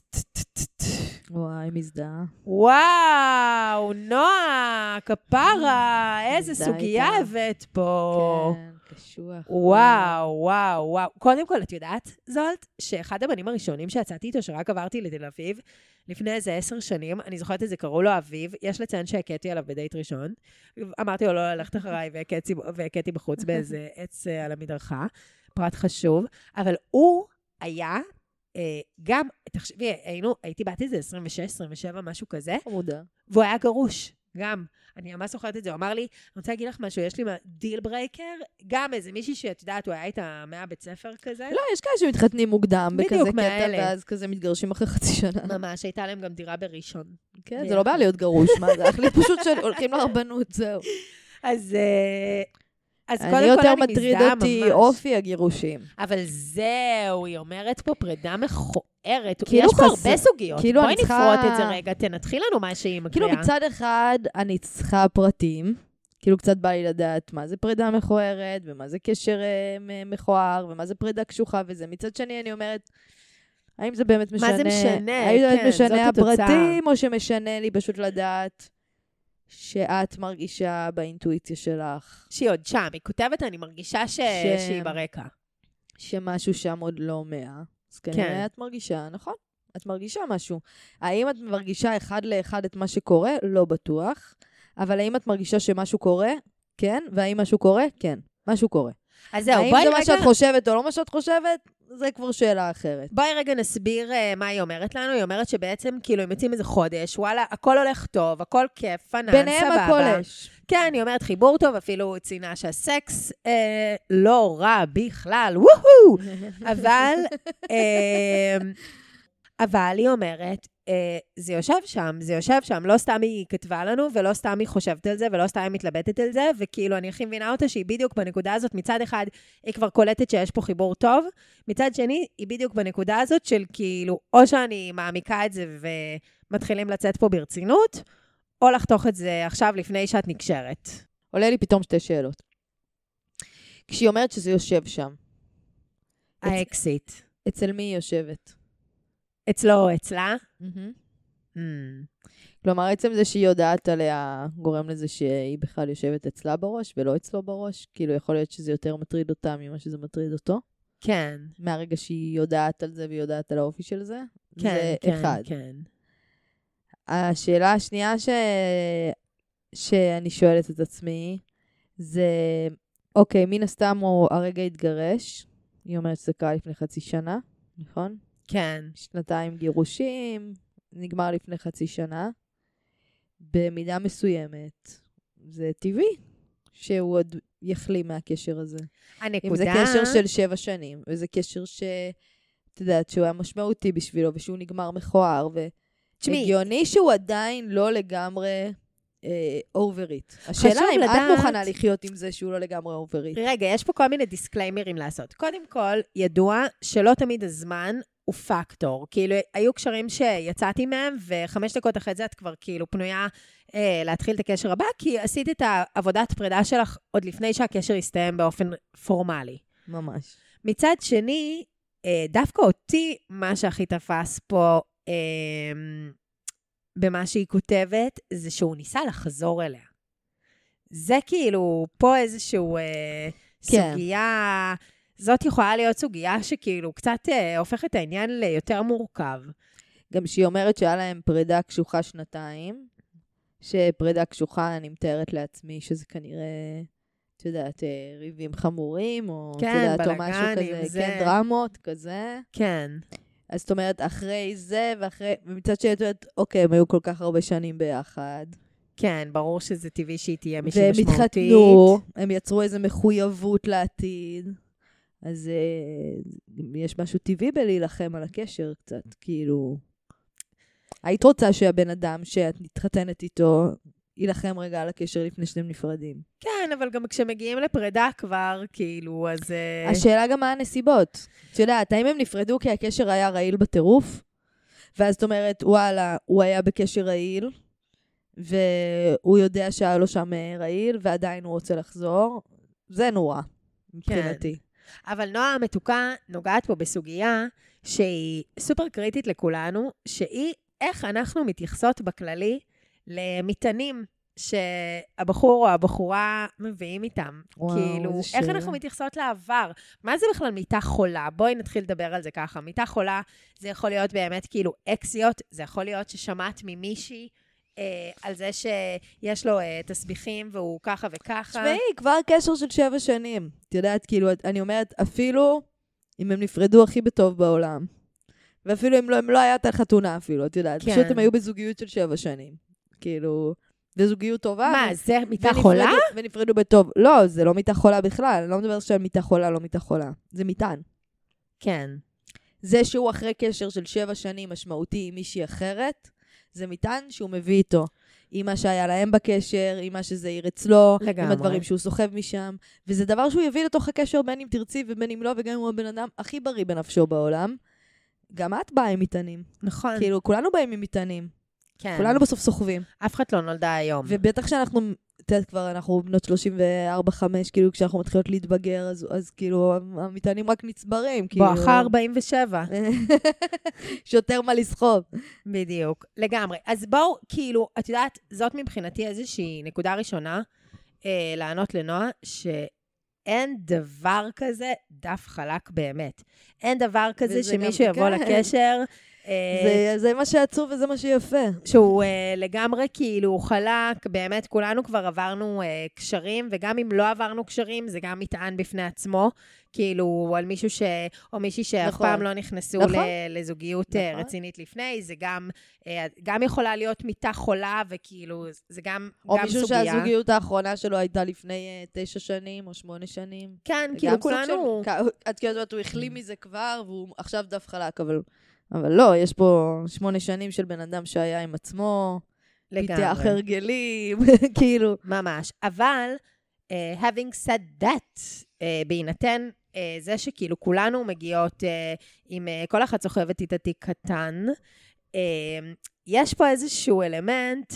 וואי, מזדהה. וואו, נועה, כפרה, איזה סוגיה הבאת פה. כן, קשוח. וואו. קודם כל, את יודעת, זולט, שאחד הבנים הראשונים שיצאתי איתו, שרק עברתי לתל אביב, לפני איזה 10 שנים, אני זוכרת את זה, קראו לו אביב, יש לציין שהקטתי עליו בדייט ראשון, אמרתי לו לא ללכת אחריי, והקטתי בחוץ באיזה עץ על המדרכה, פרט חשוב, אבל הוא היה גם, תחשבי, הייתי בת איזה 26, 27, משהו כזה, חמודה. והוא היה גרוש, גם. אני ממש זוכרת את זה, הוא אמר לי, אני רוצה להגיד לך משהו, יש לי דיל ברייקר, גם איזה מישהי שאת יודעת, הוא היה איתה מהבית ספר כזה. לא, יש כאלה שמתחתנים מוקדם, בכזה קטע, מהאלה. ואז כזה מתגרשים אחרי חצי שנה. ממש, הייתה להם גם דירה בראשון. כן, זה לא בא להיות גרוש, מה זה? החליט פשוט שהולכים לרבנות, זהו. אז קודם כל אני אני יותר מזדהה מטריד אותי ממש. אופי הגירושים. אבל זהו, היא אומרת פה פרידה מכוערת. כאילו יש פה הרבה סוגיות. כאילו בואי אני צריכה- נפרוט את זה רגע, תנתחיל לנו מה שהיא מקריאה. כאילו מצד אחד אני צריכה פרטים, כאילו קצת בא לי לדעת מה זה פרידה מכוערת, ומה זה קשר מכוער, ומה זה פרידה קשוחה וזה. מצד שני אני אומרת, האם זה באמת משנה? מה זה משנה? האם זה באמת כן, משנה זאת התוצאה. הפרטים, או שמשנה לי פשוט לדעת שאת מרגישה באינטואיציה שלך, שהיא עוד שם, היא כותבת, אני מרגישה שהיא ברקע. שמשהו שם עוד לא 100. אז כנראה את מרגישה, נכון? את מרגישה משהו. האם את מרגישה אחד לאחד את מה שקורה? לא בטוח. אבל האם את מרגישה שמשהו קורה? כן. והאם משהו קורה? כן. משהו קורה. אז זהו, האם בואי זה רגע... מה שאת חושבת או לא מה שאת חושבת? זה כבר שאלה אחרת. בואי רגע נסביר מה היא אומרת לנו. היא אומרת שבעצם כאילו הם יוצאים איזה חודש, וואלה, הכל הולך טוב, הכל כיף, פנן, ביניהם סבבה. הכל אש. כן, היא אומרת חיבור טוב, אפילו ציינה שהסקס לא רע בכלל, וואו! אבל היא אומרת, זה יושב שם, לא סתם היא כתבה לנו, ולא סתם היא חושבת על זה, ולא סתם היא מתלבטת על זה, וכאילו אני הכי מבינה אותה שהיא בדיוק בנקודה הזאת, מצד אחד היא כבר קולטת שיש פה חיבור טוב, מצד שני היא בדיוק בנקודה הזאת של כאילו, או שאני מעמיקה את זה ומתחילים לצאת פה ברצינות, או לחתוך את זה עכשיו לפני שאת נקשרת. עולה לי פתאום שתי שאלות. כשהיא אומרת שזה יושב שם. האקסיט. אצל מי היא יושבת? אצלו או אצלה? כלומר, עצם זה שהיא יודעת עליה גורם לזה שהיא בכלל יושבת אצלה בראש ולא אצלו בראש. כאילו יכול להיות שזה יותר מטריד אותה ממה שזה מטריד אותו. כן. מהרגע שהיא יודעת על זה ויודעת על האופי של זה. כן, זה אחד. כן. השאלה השנייה שאני שואלת את עצמי, זה, אוקיי, מן הסתם הוא הרגע התגרש, היא אומרת שזה קרה לפני חצי שנה, נכון? כן. 2 גירושים, נגמר לפני חצי שנה, במידה מסוימת, זה טבעי שהוא עוד יחלים מהקשר הזה. הנקודה... אם זה קשר של 7 שנים, וזה קשר את יודעת, שהוא היה משמעותי בשבילו, ושהוא נגמר מכוער, הגיוני שהוא עדיין לא לגמרי אוברית. השאלה אם את מוכנה לחיות עם זה שהוא לא לגמרי אוברית. רגע, יש פה כל מיני דיסקליימרים לעשות. קודם כל, ידוע שלא תמיד הזמן הוא פקטור. כאילו, היו קשרים שיצאתי מהם, ו5 דקות אחרי זה את כבר כאילו פנויה להתחיל את הקשר הבא, כי עשית את העבודת פרידה שלך עוד לפני שהקשר יסתיים באופן פורמלי. ממש. מצד שני, דווקא אותי, מה שהכי תפס פה, במה שהיא כותבת, זה שהוא ניסה לחזור אליה. זה כאילו, פה איזשהו סוגיה, זאת יכולה להיות סוגיה שכאילו קצת הופכת את העניין ליותר מורכב. גם שהיא אומרת שהיה להם פרידה קשוחה 2, שפרידה קשוחה אני מתארת לעצמי שזה כנראה, את יודעת, ריבים חמורים, או את יודעת, או משהו כזה, כן, דרמות כזה. כן. אז זאת אומרת, אחרי זה, ומצד שני, את יודעת, אוקיי, הם היו כל כך הרבה שנים ביחד. כן, ברור שזה טבעי שהיא תהיה מישהי משמעותית. והם התחתנו, הם יצרו איזו מחויבות לעתיד. אז יש משהו טבעי בלהילחם על הקשר קצת, כאילו... היית רוצה שהבן אדם שאת מתחתנת איתו, ילחם רגע על הקשר לפני שאתם נפרדים. כן, אבל גם כשמגיעים לפרידה כבר, כאילו, אז... השאלה גם מה הנסיבות. את יודעת, האם הם נפרדו כי הקשר היה רעיל בטירוף? ואז זאת אומרת, וואלה, הוא היה בקשר רעיל, והוא יודע שהיה לו שם רעיל, ועדיין הוא רוצה לחזור. זה נורא, מבחינתי. כן. אבל נועה המתוקה נוגעת פה בסוגיה שהיא סופר קריטית לכולנו, שהיא איך אנחנו מתייחסות בכללי למטענים שהבחור או הבחורה מביאים איתם. וואו, כאילו, איך אנחנו מתייחסות לעבר? מה זה בכלל מיטה חולה? בואי נתחיל לדבר על זה ככה. מיטה חולה זה יכול להיות באמת כאילו אקסיות, זה יכול להיות ששמעת ממישהי על זה שיש לו תסביכים והוא ככה וככה. שמעי, כבר קשר של 7 שנים. את יודעת, כאילו, אני אומרת, אפילו אם הם נפרדו הכי בטוב בעולם, ואפילו אם לא היה את החתונה אפילו, את יודעת, כן. פשוט הם היו בזוגיות של 7 שנים. כאילו, בזוגיות טובה. מה, זה מיטה חולה? ונפרדו בטוב. לא, זה לא מיטה חולה בכלל. אני לא מדבר שעל מיטה חולה, לא מיטה חולה. זה מטען. כן. זה שהוא אחרי קשר של 7 שנים משמעותי עם מישהי אחרת, זה מטען שהוא מביא איתו. עם מה שהיה להם בקשר, עם מה שזה עיר אצלו, לגמרי. עם הדברים שהוא סוחב משם. וזה דבר שהוא יביא לתוך הקשר בין אם תרצי ובין אם לא, וגם אם הוא הבן אדם הכי בריא בנפשו בעולם. גם את באה עם מטענים. נכון. כאילו, כולנו באים עם מטענים. כן. כולנו בסוף סוחבים. אף אחד לא נולדה היום. ובטח שאנחנו, כבר אנחנו בנות 34-5, כאילו כשאנחנו מתחילות להתבגר, אז כאילו המטענים רק נצברים. בואכה 47. יש יותר מה לסחוב. בדיוק, לגמרי. אז בואו, כאילו, את יודעת, זאת מבחינתי איזושהי נקודה ראשונה, לענות לנועה, שאין דבר כזה דף חלק באמת. אין דבר כזה שמישהו יבוא לקשר, זה מה שעצוב וזה מה שיפה. שהוא לגמרי כאילו חלק, באמת כולנו כבר עברנו קשרים, וגם אם לא עברנו קשרים, זה גם מטען בפני עצמו, כאילו על מישהו או מישהי שאף פעם לא נכנסו לזוגיות רצינית לפני, זה גם יכולה להיות מיטה חולה, וכאילו זה גם סוגיה. או מישהו שהזוגיות האחרונה שלו הייתה לפני 9 שנים או 8 שנים. כן, כאילו כולנו... את יודעת, הוא החלים מזה כבר, והוא עכשיו דף חלק, אבל לא, יש פה 8 שנים של בן אדם שהיה עם עצמו, פיתח הרגלים, כאילו. ממש. אבל, having said that, בהינתן זה שכאילו כולנו מגיעות עם כל אחת סוחבת איתה תיק קטן, יש פה איזשהו אלמנט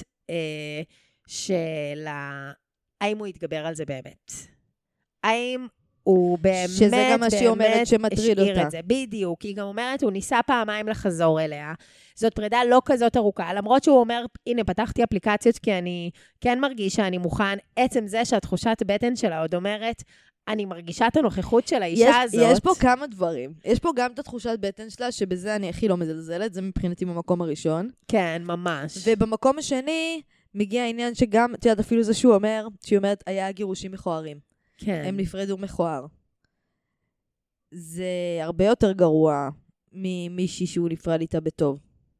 של האם הוא יתגבר על זה באמת. האם הוא באמת, שזה גם מה שהיא אומרת שמטריד אותה. את זה. בדיוק, היא גם אומרת, הוא ניסה פעמיים לחזור אליה. זאת פרידה לא כזאת ארוכה, למרות שהוא אומר, הנה, פתחתי אפליקציות כי אני כן מרגיש שאני מוכן, עצם זה שהתחושת בטן שלה עוד אומרת, אני מרגישה את הנוכחות של האישה הזאת. יש פה כמה דברים. יש פה גם את התחושת בטן שלה, שבזה אני הכי לא מזלזלת, זה מבחינתי במקום הראשון. כן, ממש. ובמקום השני, מגיע העניין שגם, תיעד אפילו זה שהוא אומר, שהיא אומרת, היה גירושים מכוערים. כן. הם נפרדו מכוער. זה הרבה יותר גרוע ממישהי שהוא נפרד איתה בטוב.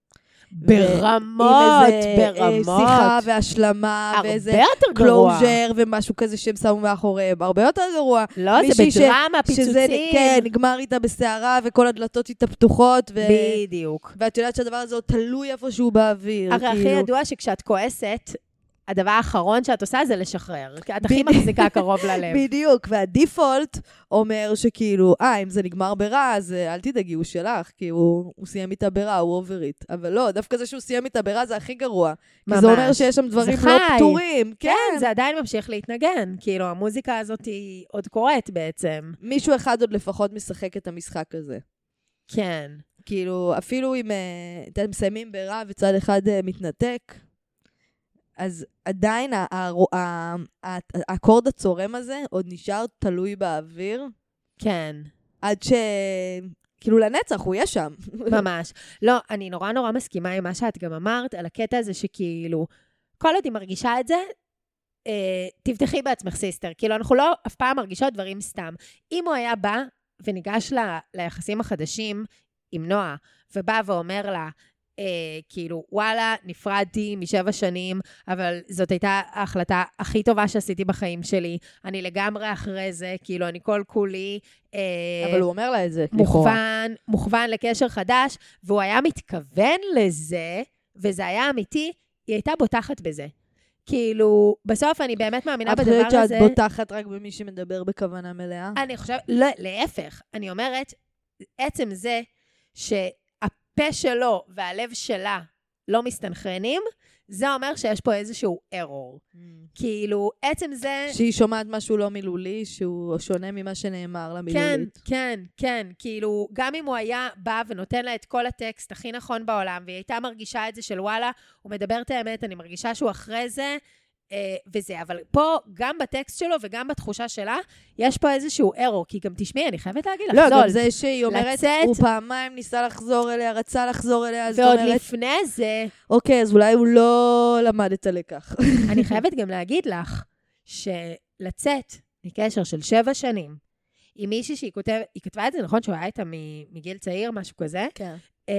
ברמות. שיחה והשלמה, ואיזה קלוז'ר ומשהו כזה שהם שמו מאחוריהם. הרבה יותר גרוע. לא, זה בדרמה, פיצוצים. כן, נגמר איתה בסערה, וכל הדלתות איתה פתוחות. בדיוק. ואת יודעת שהדבר הזה עוד תלוי איפשהו באוויר. הרי הכי ידוע שכשאת כועסת, הדבר האחרון שאת עושה זה לשחרר, כי את הכי מחזיקה קרוב ללב. בדיוק, והדיפולט אומר שכאילו, אם זה נגמר ברע, אז אל תדאגי, הוא שלך, כי הוא סיים איתה ברע, הוא אוברית. אבל לא, דווקא זה שהוא סיים איתה ברע זה הכי גרוע. ממש. כי זה אומר שיש שם דברים לא פתורים. כן, זה עדיין ממשיך להתנגן. כאילו, המוזיקה הזאת היא עוד קורית בעצם. מישהו אחד עוד לפחות משחק את המשחק הזה. כן. כאילו, אפילו אם אתם מסיימים ברע וצד אחד מתנתק, אז עדיין האקורד הצורם הזה עוד נשאר תלוי באוויר. כן. עד כאילו לנצח הוא יהיה שם. ממש. לא, אני נורא נורא מסכימה עם מה שאת גם אמרת, על הקטע הזה שכאילו, כל עוד היא מרגישה את זה, תבטחי בעצמך סיסטר. כאילו, אנחנו לא אף פעם מרגישות דברים סתם. אם הוא היה בא וניגש ליחסים החדשים עם נועה, ובא ואומר לה, כאילו, וואלה, נפרדתי מ7 שנים, אבל זאת הייתה ההחלטה הכי טובה שעשיתי בחיים שלי. אני לגמרי אחרי זה, כאילו, אני כל כולי אבל הוא אומר לה את זה. מוכוון לקשר חדש, והוא היה מתכוון לזה, וזה היה אמיתי, היא הייתה בוטחת בזה. כאילו, בסוף אני באמת מאמינה בדבר הזה. את חושבת שאת בוטחת רק במי שמדבר בכוונה מלאה? אני חושבת, לא, להפך. אני אומרת, עצם זה שהפה שלו והלב שלה לא מסתנכרנים, זה אומר שיש פה איזשהו error. כאילו, עצם זה... שהיא שומעת משהו לא מילולי, שהוא שונה ממה שנאמר לה מילולית. כן. כאילו, גם אם הוא היה בא ונותן לה את כל הטקסט הכי נכון בעולם, והיא הייתה מרגישה את זה של וואלה, הוא מדבר את האמת, אני מרגישה שהוא אחרי זה, וזה. אבל פה, גם בטקסט שלו וגם בתחושה שלה, יש פה איזשהו error, כי גם תשמעי, אני חייבת להגיד לך, לא, גם זה שהיא אומרת, הוא פעמיים ניסה לחזור אליה, רצה לחזור אליה, ועוד לפני זה... אוקיי, אז אולי הוא לא למד את הלקח. אני חייבת גם להגיד לך, שלצאת מקשר של 7 שנים, עם מישהי שהיא כתבה את זה, נכון שהוא היה איתה מגיל צעיר, משהו כזה, כן.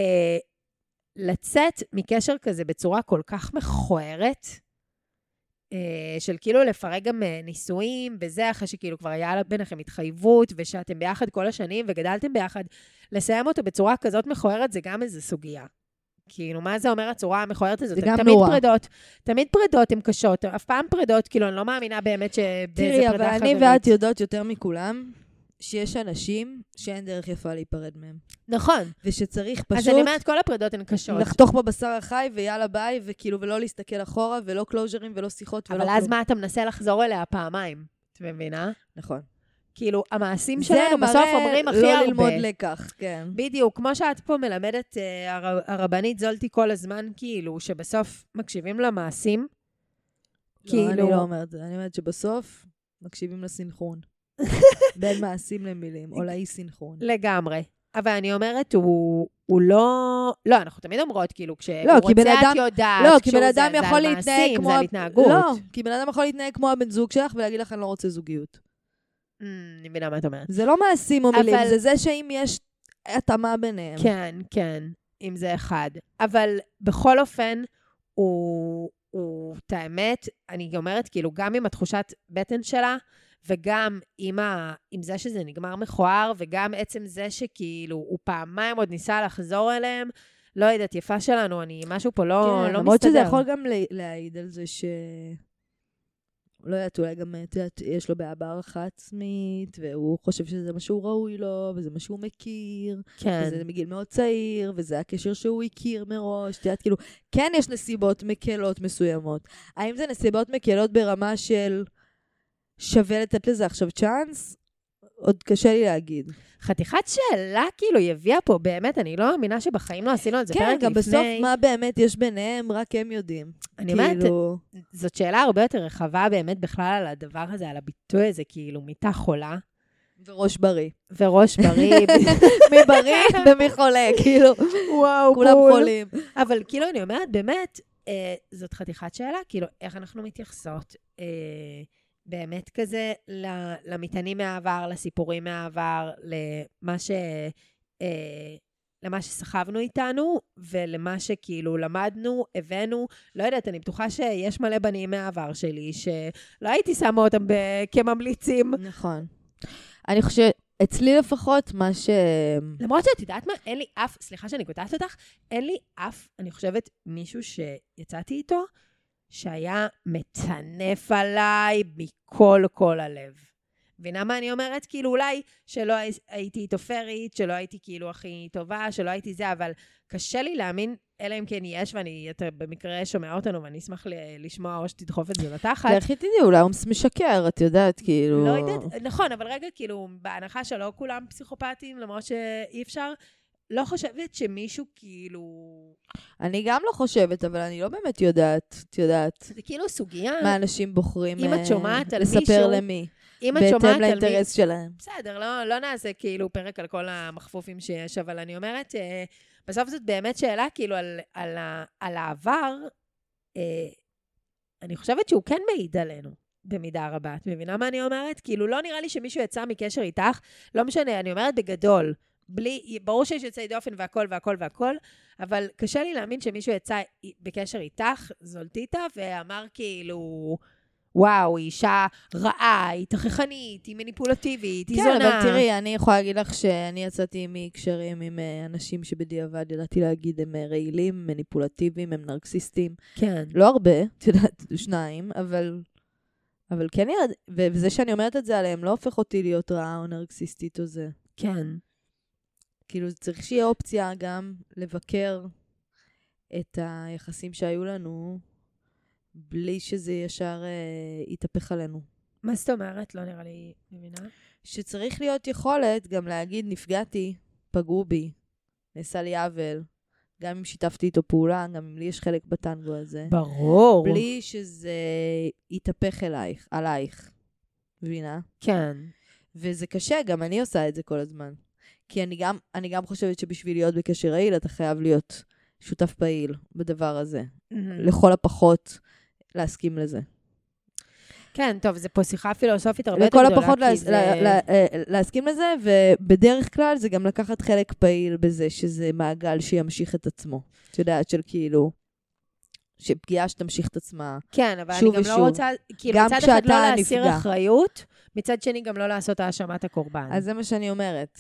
לצאת מקשר כזה בצורה כל כך מכוערת, של כאילו לפרק גם נישואים, וזה אחרי שכאילו כבר היה ביניכם התחייבות, ושאתם ביחד כל השנים, וגדלתם ביחד, לסיים אותו בצורה כזאת מכוערת, זה גם איזו סוגיה. כאילו, מה זה אומר הצורה המכוערת הזאת? זה גם נורא. תמיד פרידות הן קשות, אף פעם פרידות, כאילו, אני לא מאמינה באמת שבאיזה פרידה חברית. תראי, אבל אני ואת יודעות יותר מכולם, שיש אנשים שאין דרך יפה להיפרד מהם. נכון. ושצריך פשוט... אז אני אומרת, כל הפרידות הן קשות. לחתוך בבשר החי ויאללה ביי, וכאילו, ולא להסתכל אחורה, ולא קלוז'רים, ולא שיחות, ולא אבל אז מה אתה מנסה לחזור אליה פעמיים? את מבינה? נכון. כאילו, המעשים שלנו בסוף אומרים הכי הרבה. לא ללמוד לקח, כן. בדיוק, כמו שאת פה מלמדת הרבנית זולטי כל הזמן, כאילו, שבסוף מקשיבים למעשים. לא, אני לא אומרת זה. אני אומרת שבסוף מקשיבים לסינכרון. בין מעשים למילים, או לאי סינכרון. לגמרי. אבל אני אומרת, הוא לא, אנחנו תמיד אומרות, כאילו, כשהוא כי בן רוצה, אדם- את יודעת, לא, כי כשהוא בן אדם זה יכול על להתנהג מעשים, כמו... זה על התנהגות. לא, כי בן אדם יכול להתנהג כמו הבן זוג שלך ולהגיד לך, אני לא רוצה זוגיות. אני מבינה מה את אומרת. זה לא מעשים או מילים, אבל- זה שאם יש התאמה ביניהם. כן, כן, אם זה אחד. אבל בכל אופן, את האמת, אני אומרת, כאילו, גם עם התחושת בטן שלה, וגם עם זה שזה נגמר מכוער, וגם עצם זה שכאילו, הוא פעמיים עוד ניסה לחזור אליהם, לא יודעת, יפה שלנו, משהו פה לא מסתדר. למרות שזה יכול גם להעיד על זה לא יודעת, אולי גם, את יודעת, יש לו בהערכה עצמית, והוא חושב שזה מה שהוא ראוי לו, וזה מה שהוא מכיר, כן. וזה מגיל מאוד צעיר, וזה הקשר שהוא הכיר מראש, את יודעת, כאילו, כן יש נסיבות מקלות מסוימות. האם זה נסיבות מקלות ברמה של שווה לתת לזה עכשיו צ'אנס? עוד קשה לי להגיד. חתיכת שאלה, כאילו, היא הביאה פה, באמת, אני לא מאמינה שבחיים לא עשינו על זה פרק לפני. כן, גם בסוף מה באמת יש ביניהם, רק הם יודעים. אני אומרת, זאת שאלה הרבה יותר רחבה באמת בכלל על הדבר הזה, על הביטוי הזה, כאילו, מיטה חולה. וראש בריא. וראש בריא. מי בריא ומי חולה, כאילו. וואו, כולם חולים. אבל כאילו, אני אומרת, באמת, זאת חתיכת שאלה, כאילו, איך אנחנו מתייחסות באמת כזה למטענים מהעבר, לסיפורים מהעבר, למה שסחבנו איתנו, ולמה שכאילו למדנו, הבאנו, לא יודעת, אני בטוחה שיש מלא בנים מהעבר שלי, שלא הייתי שמה אותם כממליצים. נכון. אני חושבת, אצלי לפחות, מה ש... למרות שאת יודעת מה, אין לי אף, סליחה שאני קוטעת אותך, אין לי אף, אני חושבת, מישהו שיצאתי איתו, שהיה מטנף עליי כל הלב. מבינה מה אני אומרת? כאילו אולי שלא הייתי איתו פרית, שלא הייתי כאילו הכי טובה, שלא הייתי זה, אבל קשה לי להאמין, אלא אם כן יש, אתה במקרה שומע אותנו, ואני אשמח לשמוע או שתדחוף את זה לתחת. להכי תדעי, אולי הוא משקר, את יודעת, כאילו... לא יודעת, נכון, אבל רגע, כאילו, בהנחה שלא כולם פסיכופטים, למרות שאי אפשר, לא חושבת שמישהו כאילו... אני גם לא חושבת, אבל אני לא באמת יודעת, את יודעת. זה כאילו סוגיה... מה אנשים בוחרים אם את שומעת על מישהו... לספר למי. אם את שומעת על בהתאם לאינטרס שלהם. בסדר, לא נעשה כאילו פרק על כל המחפופים שיש, אבל אני אומרת, בסוף זאת באמת שאלה כאילו על העבר, אני חושבת שהוא כן מעיד עלינו. במידה רבה. את מבינה מה אני אומרת? כאילו, לא נראה לי שמישהו יצא מקשר איתך, לא משנה, אני אומרת בגדול, ברור שיש יוצאי דופן והכל, אבל קשה לי להאמין שמישהו יצא בקשר איתך, זולטיתה, ואמר כאילו, וואו, היא אישה רעה, היא תכחנית, היא מניפולטיבית, היא זונה. כן, אבל תראי, אני יכולה להגיד לך שאני יצאתי מקשרים עם אנשים שבדיעבד ידעתי להגיד, הם רעילים, מניפולטיביים, הם נרקסיסטים. כן. לא הרבה, את יודעת, 2, אבל כן ירד, וזה שאני אומרת את זה עליהם לא הופך אותי להיות רעה או נרקסיסטית או זה. כן. כאילו, צריך שיהיה אופציה גם לבקר את היחסים שהיו לנו, בלי שזה ישר יתהפך עלינו. מה זאת אומרת? לא נראה לי מבינה. שצריך להיות יכולת גם להגיד, נפגעתי, פגעו בי, נעשה לי עוול, גם אם שיתפתי איתו פעולה, גם אם לי יש חלק בטנגו הזה. ברור. בלי שזה יתהפך עלייך. מבינה? כן. וזה קשה, גם אני עושה את זה כל הזמן. כי אני גם חושבת שבשביל להיות בקשר רעיל, אתה חייב להיות שותף פעיל בדבר הזה. לכל הפחות להסכים לזה. כן, טוב, זה פה שיחה פילוסופית הרבה יותר גדולה. לכל הפחות להסכים לזה, ובדרך כלל זה גם לקחת חלק פעיל בזה, שזה מעגל שימשיך את עצמו. את יודעת, של כאילו, שפגיעה שתמשיך את עצמה. כן, אבל אני גם לא רוצה, כאילו מצד אחד לא להסיר אחריות, מצד שני גם לא לעשות האשמת הקורבן. אז זה מה שאני אומרת.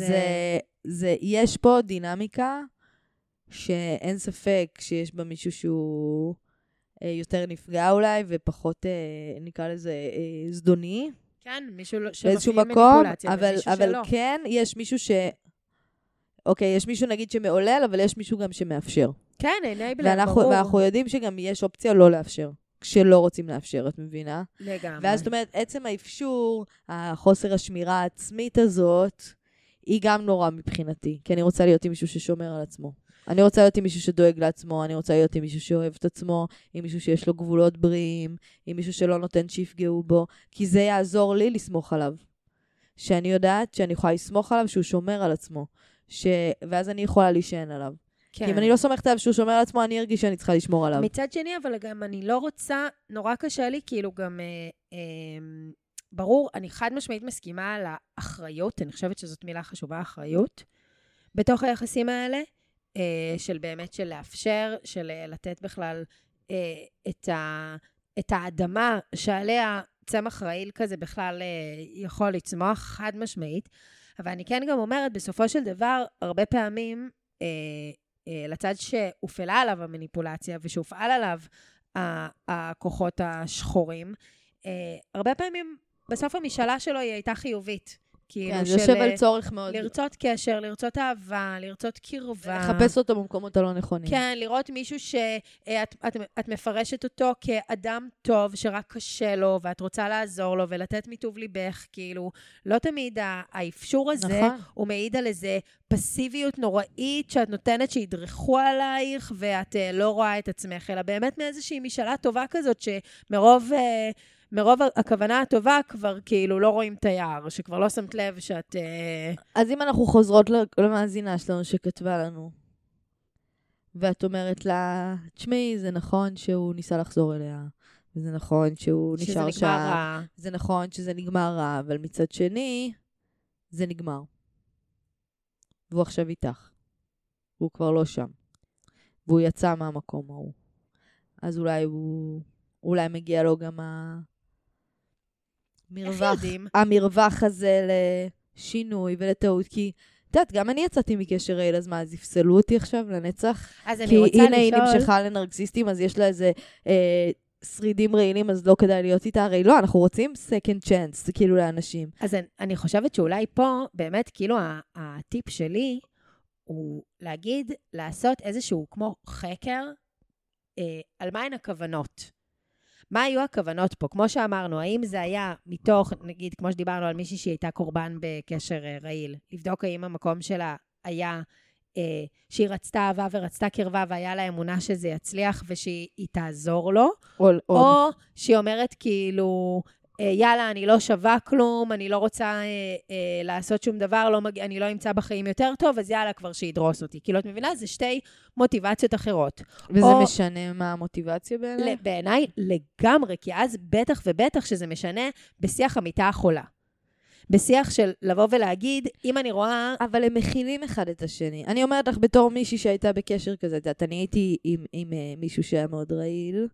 יש פה דינמיקה שאין ספק שיש בה מישהו שהוא יותר נפגע אולי, ופחות נקרא לזה זדוני. כן, מישהו באיזשהו מקום, אבל כן, יש מישהו אוקיי, יש מישהו נגיד שמעולל, אבל יש מישהו גם שמאפשר. כן, עיני בלב, ברור. ואנחנו יודעים שגם יש אופציה לא לאפשר, כשלא רוצים לאפשר, את מבינה? לגמרי. ואז זאת אומרת, עצם האפשור, החוסר השמירה העצמית הזאת, היא גם נורא מבחינתי, כי אני רוצה להיות עם מישהו ששומר על עצמו. אני רוצה להיות עם מישהו שדואג לעצמו, אני רוצה להיות עם מישהו שאוהב את עצמו, עם מישהו שיש לו גבולות בריאים, עם מישהו שלא נותן שיפגעו בו, כי זה יעזור לי לסמוך עליו. שאני יודעת שאני יכולה לסמוך עליו שהוא שומר על עצמו. ואז אני יכולה להישען עליו. כן. כי אם אני לא סומכת עליו שהוא שומר על עצמו, אני ארגיש שאני צריכה לשמור עליו. מצד שני, אבל גם אני לא רוצה, נורא קשה לי, כאילו גם, ברור, אני חד משמעית מסכימה על האחריות, אני חושבת שזאת מילה חשובה, אחריות, בתוך היחסים האלה, של באמת של לאפשר, של לתת בכלל את האדמה שעליה צמח רעיל כזה בכלל יכול לצמוח, חד משמעית, אבל אני כן גם אומרת, בסופו של דבר, הרבה פעמים, לצד שהופעלה עליו המניפולציה, ושהופעל עליו הכוחות השחורים, הרבה פעמים בסוף המשאלה שלו היא הייתה חיובית. כן, זה יושב על צורך מאוד. לרצות קשר, לרצות אהבה, לרצות קרבה. לחפש אותו במקומות הלא נכונים. כן, לראות מישהו שאת מפרשת אותו כאדם טוב, שרק קשה לו, ואת רוצה לעזור לו, ולתת מטוב ליבך, כאילו, לא תמיד האפשור הזה, נכון. הוא מעיד על איזה פסיביות נוראית, שאת נותנת שידרכו עלייך, ואת לא רואה את עצמך, אלא באמת מאיזושהי משאלה טובה כזאת, מרוב הכוונה הטובה כבר כאילו לא רואים את היער, שכבר לא שמת לב שאת... אז אם אנחנו חוזרות למאזינה שלנו שכתבה לנו, ואת אומרת לה, תשמעי, זה נכון שהוא ניסה לחזור אליה, וזה נכון שהוא נשאר שם, זה נכון שזה נגמר רע, אבל מצד שני, זה נגמר. והוא עכשיו איתך. והוא כבר לא שם. והוא יצא מהמקום ההוא. אז אולי מגיע לו גם המרווח הזה לשינוי ולטעות, כי את יודעת, גם אני יצאתי מקשר רעיל, אז מה, אז יפסלו אותי עכשיו לנצח? אז אני רוצה לשאול... כי הנה היא נמשכה לנרקסיסטים, אז יש לה איזה שרידים רעילים, אז לא כדאי להיות איתה. הרי לא, אנחנו רוצים second chance, כאילו לאנשים. אז אני חושבת שאולי פה, באמת, כאילו הטיפ שלי, הוא להגיד, לעשות איזשהו כמו חקר, על מהן הכוונות. מה היו הכוונות פה? כמו שאמרנו, האם זה היה מתוך, נגיד, כמו שדיברנו על מישהי שהיא הייתה קורבן בקשר רעיל, לבדוק האם המקום שלה היה, שהיא רצתה אהבה ורצתה קרבה, והיה לה אמונה שזה יצליח ושהיא תעזור לו, או שהיא אומרת כאילו, יאללה, אני לא שווה כלום, אני לא רוצה לעשות שום דבר, אני לא אמצא בחיים יותר טוב, אז יאללה, כבר שידרוס אותי. כאילו, את מבינה? זה שתי מוטיבציות אחרות. וזה משנה מה המוטיבציה בעיניי? בעיניי לגמרי, כי אז בטח ובטח שזה משנה בשיח המיטה החולה. בשיח של לבוא ולהגיד, אם אני רואה... אבל הם מכילים אחד את השני. אני אומרת לך, בתור מישהי שהייתה בקשר כזה, אני הייתי עם מישהו שהיה מאוד רעיל,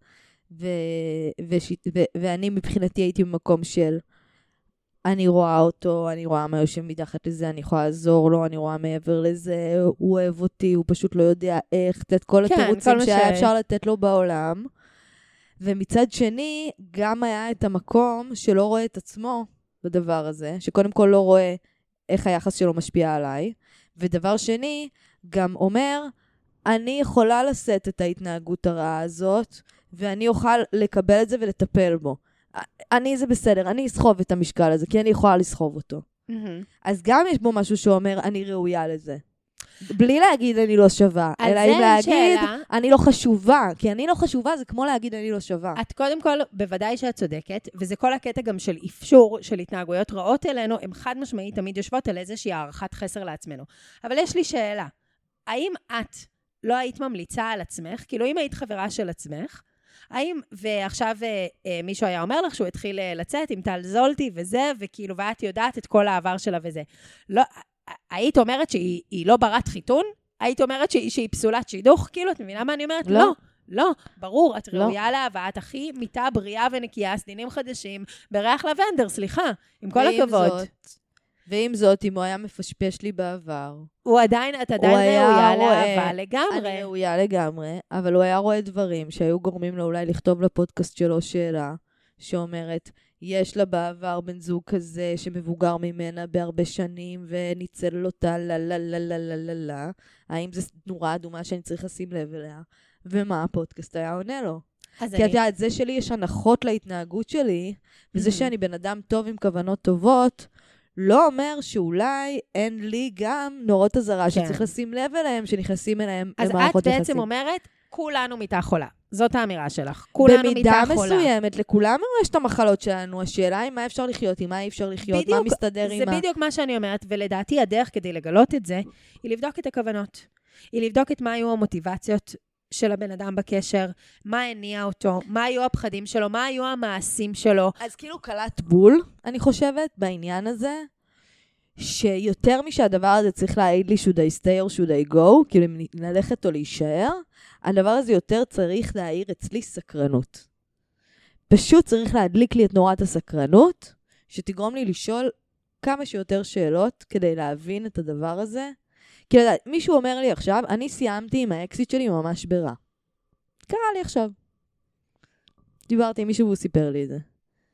ואני מבחינתי הייתי במקום של אני רואה אותו, אני רואה מה יושב מתחת לזה, אני יכולה לעזור לו, אני רואה מעבר לזה, הוא אוהב אותי, הוא פשוט לא יודע איך, את כל התירוצים שהיה אפשר לתת לו בעולם. ומצד שני, גם היה את המקום שלא רואה את עצמו בדבר הזה, שקודם כל לא רואה איך היחס שלו משפיע עליי, ודבר שני, גם אומר, אני יכולה לשאת את ההתנהגות הרעה הזאת, ואני אוכל לקבל את זה ולטפל בו. זה בסדר, אני אסחוב את המשקל הזה, כי אני יכולה לסחוב אותו. אז גם יש בו משהו שאומר, אני ראויה לזה. בלי להגיד אני לא שווה, אלא אם להגיד, אני לא חשובה. כי אני לא חשובה, זה כמו להגיד אני לא שווה. את קודם כל, בוודאי שאת צודקת, וזה כל הקטע גם של אפשור, של התנהגויות רעות אלינו, הם חד משמעית תמיד יושבות על איזושהי הערכת חסר לעצמנו. אבל יש לי שאלה, האם את לא היית ממליצה על עצמך, כאילו אם היית חברה של עצמך, ועכשיו מישהו היה אומר לך שהוא התחיל לצאת עם טל זולטי וזה, וכאילו, ואת יודעת את כל העבר שלה וזה. לא, היית אומרת שהיא לא ברת חיתון? היית אומרת שהיא פסולת שידוך? כאילו, את מבינה מה אני אומרת? לא. לא, ברור, את ראויה לאהבה, את הכי מיטה בריאה ונקייה, סדינים חדשים, בריח לבנדר, סליחה, עם כל הכבוד. ועם זאת, אם הוא היה מפשפש לי בעבר, את עדיין ראויה לאהבה לגמרי. אני ראויה לגמרי, אבל הוא היה רואה דברים שהיו גורמים לו אולי לכתוב לפודקאסט שלו שאלה, שאומרת, יש לה בעבר בן זוג כזה שמבוגר ממנה בהרבה שנים, וניצל אותה, לא. האם זה נורא אדומה שאני צריך לשים לב אליה? ומה הפודקאסט היה עונה לו? כי את יודעת, זה שלי יש הנחות להתנהגות שלי, וזה שאני בן אדם טוב עם כוונות טובות, לא אומר שאולי אין לי גם נורות הזרה שצריך לשים לב אליהם, שנכנסים אליהם למערכות יחסים. אז את בעצם אומרת, כולנו מיטה חולה. זאת האמירה שלך. כולנו במידה מיטה חולה. מסוימת, לכולנו יש את המחלות שלנו, השאלה היא מה אפשר לחיות, עם מה אי אפשר לחיות, מה מסתדר עם מה. זה בדיוק מה שאני אומרת, ולדעתי הדרך כדי לגלות את זה, היא לבדוק את הכוונות. היא לבדוק את מה היו המוטיבציות של הבן אדם בקשר, מה הניע אותו, מה היו הפחדים שלו, מה היו המעשים שלו. אז כאילו קלט בול, אני חושבת, בעניין הזה, שיותר משהדבר הזה צריך להעיד לי should I stay or should I go, כאילו אם ללכת או להישאר, הדבר הזה יותר צריך להעיר אצלי סקרנות. פשוט צריך להדליק לי את נורת הסקרנות, שתגרום לי לשאול כמה שיותר שאלות כדי להבין את הדבר הזה. כי לדעת, מישהו אומר לי עכשיו, אני סיימתי עם האקסיט שלי ממש ברע. קרה לי עכשיו. דיברתי עם מישהו והוא סיפר לי את זה.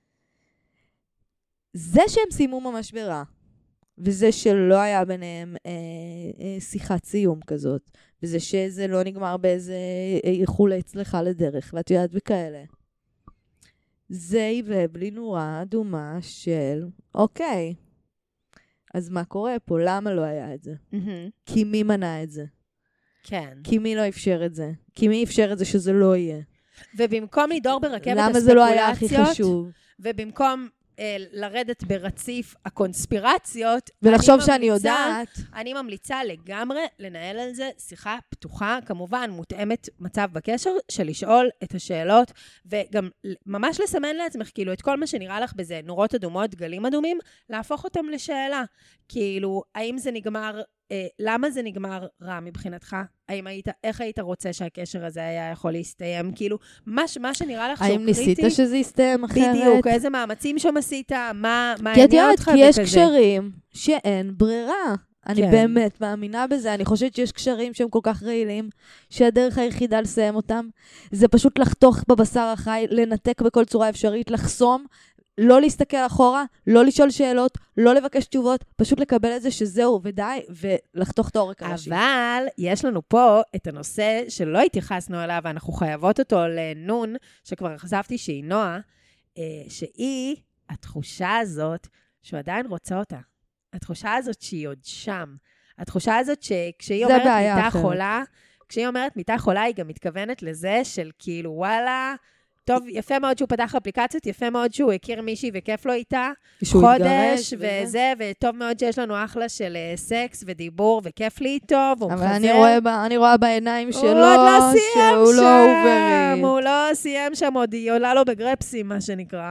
זה שהם סיימו ממש ברע, וזה שלא היה ביניהם שיחת סיום כזאת, וזה שזה לא נגמר באיזה איחול אצלך לדרך, ואת יודעת וכאלה. זה היווה בלי נורה אדומה של, אוקיי, אז מה קורה פה? למה לא היה את זה? כי מי מנע את זה? כן. כי מי לא אפשר את זה? כי מי אפשר את זה שזה לא יהיה? ובמקום לדור ברכבת הספקולציות, למה זה לא היה הכי חשוב? ובמקום לרדת ברציף הקונספירציות, ולחשוב שאני יודעת. אני ממליצה לגמרי לנהל על זה שיחה פתוחה, כמובן מותאמת מצב בקשר, של לשאול את השאלות, וגם ממש לסמן לעצמך, כאילו, את כל מה שנראה לך בזה, נורות אדומות, גלים אדומים, להפוך אותם לשאלה. כאילו, האם זה נגמר, למה זה נגמר רע מבחינתך? איך היית רוצה שהקשר הזה היה יכול להסתיים? כאילו, מה שנראה לך שהוא קריטי? האם ניסית שזה יסתיים אחרת? בדיוק, איזה מאמצים שם עשית, מה כי את העניין יודעת, אותך כי יש וכזה. קשרים שאין ברירה. אני כן. באמת מאמינה בזה. אני חושבת שיש קשרים שהם כל כך רעילים, שהדרך היחידה לסיים אותם, זה פשוט לחתוך בבשר החי, לנתק בכל צורה אפשרית, לחסום, לא להסתכל אחורה, לא לשאול שאלות, לא לבקש תשובות, פשוט לקבל את זה שזהו ודי, ולחתוך את העורק הראשי. אבל יש לנו פה את הנושא שלא התייחסנו אליו, ואנחנו חייבות אותו לנון, שכבר חשבתי שהיא נועה, שהיא, התחושה הזאת, שהוא עדיין רוצה אותה. התחושה הזאת שהיא עוד שם. התחושה הזאת שכשהיא אומרת מיטה חולה, כשהיא אומרת מיטה חולה, היא גם מתכוונת לזה של כאילו, וואלה, טוב, יפה מאוד שהוא פתח אפליקציות, יפה מאוד שהוא הכיר מישהי וכיף לו איתה, חודש וזה, וטוב מאוד שיש לנו אחלה של סקס ודיבור, וכיף לי איתו, והוא מחזר. אבל אני רואה בעיניים שלו, שהוא לא סיים שהוא שם, לא אוברית. הוא לא סיים שם, עוד היא עולה לו בגרפסים, מה שנקרא.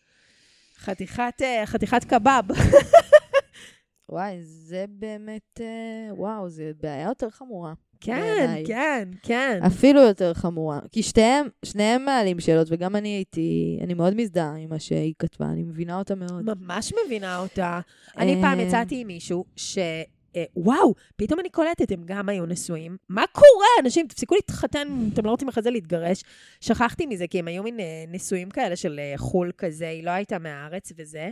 חתיכת קבב. וואי, זה באמת, וואו, זה בעיה יותר חמורה. כן, כן, כן. אפילו יותר חמורה. כי שניהם מעלים שאלות, וגם אני מאוד מזדהה עם מה שהיא כתבה, אני מבינה אותה מאוד. ממש מבינה אותה. אני פעם יצאתי עם מישהו וואו, פתאום אני קולטת, הם גם היו נשואים. מה קורה? אנשים, תפסיקו להתחתן, אתם לא רוצים אחרי זה להתגרש. שכחתי מזה, כי הם היו מין נשואים כאלה של חול כזה, היא לא הייתה מהארץ וזה.